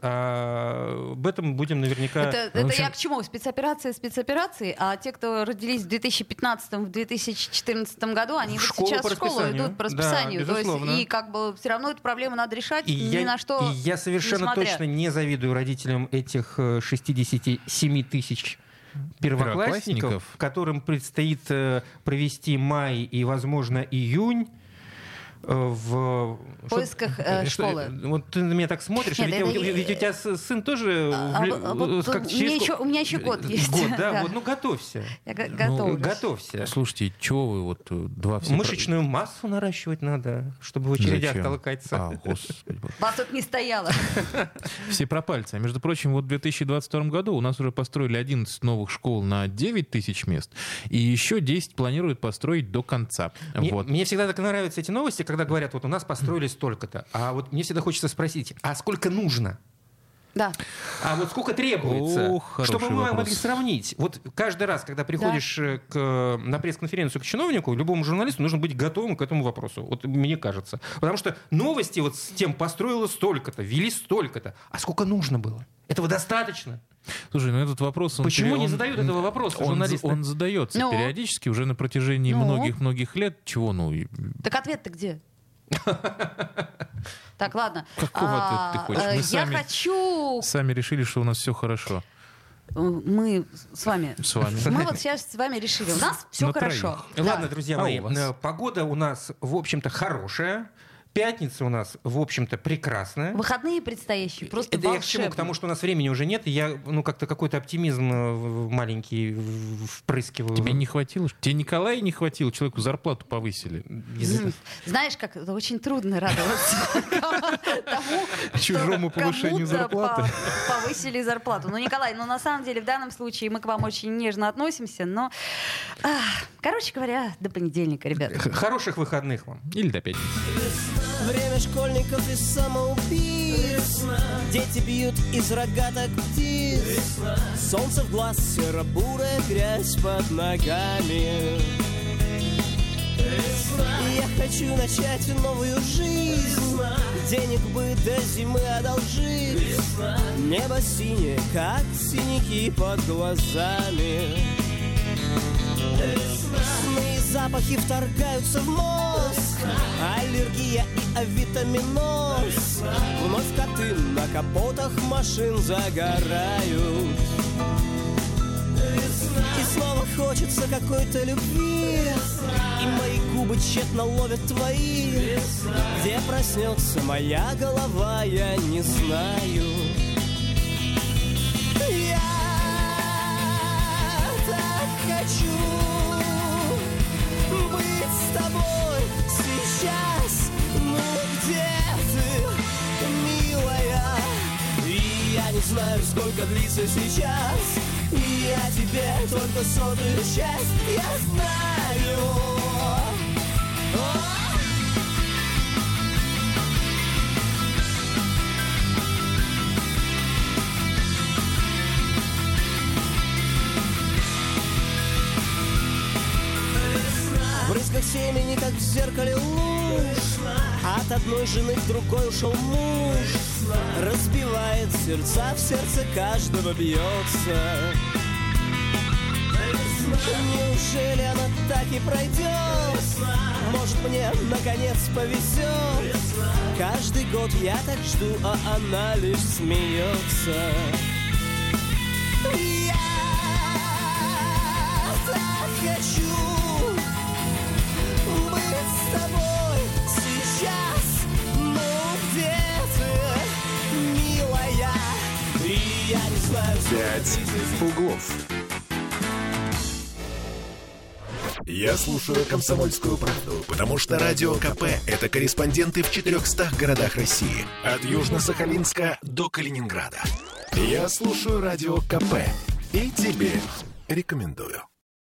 Speaker 3: А об этом будем наверняка...
Speaker 2: Это я к чему? Спецоперации, а те, кто родились в 2015-2014 году, они вот сейчас в школу идут по расписанию.
Speaker 3: Да,
Speaker 2: то есть, и как бы все равно эту проблему надо решать, ни на что
Speaker 3: И я совершенно точно не завидую родителям этих 67 тысяч первоклассников, которым предстоит провести май и, возможно, июнь в
Speaker 2: поисках школы.
Speaker 3: Вот ты на меня так смотришь, ведь у тебя сын тоже...
Speaker 2: У меня еще год есть.
Speaker 3: Год, да? Вот, готовься.
Speaker 2: Я готовлюсь.
Speaker 3: Готовься.
Speaker 4: Слушайте, чего вы вот два все...
Speaker 3: Мышечную массу наращивать надо, чтобы в очередях толкаться.
Speaker 4: Господи.
Speaker 2: Вас тут не стояло.
Speaker 4: Все про пальцы. А между прочим, вот в 2022 году у нас уже построили 11 новых школ на 9 тысяч мест, и еще 10 планируют построить до конца.
Speaker 3: Мне всегда так нравятся эти новости, когда говорят, вот у нас построили столько-то. А вот мне всегда хочется спросить, а сколько нужно?
Speaker 2: Да.
Speaker 3: А вот сколько требуется, чтобы мы могли сравнить? Вот каждый раз, когда приходишь на пресс-конференцию к чиновнику, любому журналисту нужно быть готовым к этому вопросу. Вот мне кажется. Потому что новости вот с тем построило столько-то, ввели столько-то. А сколько нужно было? Этого достаточно?
Speaker 4: Слушай, ну этот вопрос...
Speaker 3: Почему не задают этого вопроса журналисты?
Speaker 4: Он задается периодически уже на протяжении многих-многих лет. Чего,
Speaker 2: Так ответ-то где? Так, ладно.
Speaker 4: Какого ты хочешь?
Speaker 2: Я хочу...
Speaker 4: Сами решили, что у нас все хорошо.
Speaker 2: Мы с вами. Мы вот сейчас с вами решили. У нас все хорошо.
Speaker 3: Ладно, друзья мои, погода у нас, в общем-то, хорошая. Пятница у нас, в общем-то, прекрасная.
Speaker 2: Выходные предстоящие, просто
Speaker 3: это волшебные. Я к чему? Потому что у нас времени уже нет, и я, как-то какой-то оптимизм маленький впрыскиваю.
Speaker 4: Тебе не хватило? Тебе Николая не хватило? Человеку зарплату повысили.
Speaker 2: Знаешь, как это очень трудно радоваться тому,
Speaker 4: чужому повышению зарплаты.
Speaker 2: Повысили зарплату. Ну, Николай, на самом деле, в данном случае мы к вам очень нежно относимся, но, короче говоря, до понедельника, ребята.
Speaker 3: Хороших выходных вам.
Speaker 4: Или до пятницы.
Speaker 8: Время школьников и самоубийц. Дети бьют из рогаток птиц. Солнце в глаз, серо-бурая грязь под ногами. Я хочу начать новую жизнь. Денег бы до зимы одолжить. Небо синее, как синяки под глазами. Сны и запахи вторгаются в мозг. Аллергия и авитаминоз. Вновь коты на капотах машин загорают. И снова хочется какой-то любви. И мои губы тщетно ловят твои. Где проснется моя голова, я не знаю. Я так хочу быть с тобой сейчас. Ну где ты, милая? И я не знаю, сколько длится сейчас. И я тебе только сотую часть, я знаю. В брызгах семени, как в зеркале луж. От одной жены к другой ушел муж. Разбивает сердца, в сердце каждого бьется. Неужели она так и пройдет? Может, мне наконец повезет? Каждый год я так жду, а она лишь смеется. Я так хочу быть с тобой сейчас. Ну где ты, милая? И я не знаю,
Speaker 1: «Пять углов». Я слушаю «Комсомольскую правду», потому что Радио КП — это корреспонденты в 400 городах России. От Южно-Сахалинска до Калининграда. Я слушаю Радио КП и тебе рекомендую.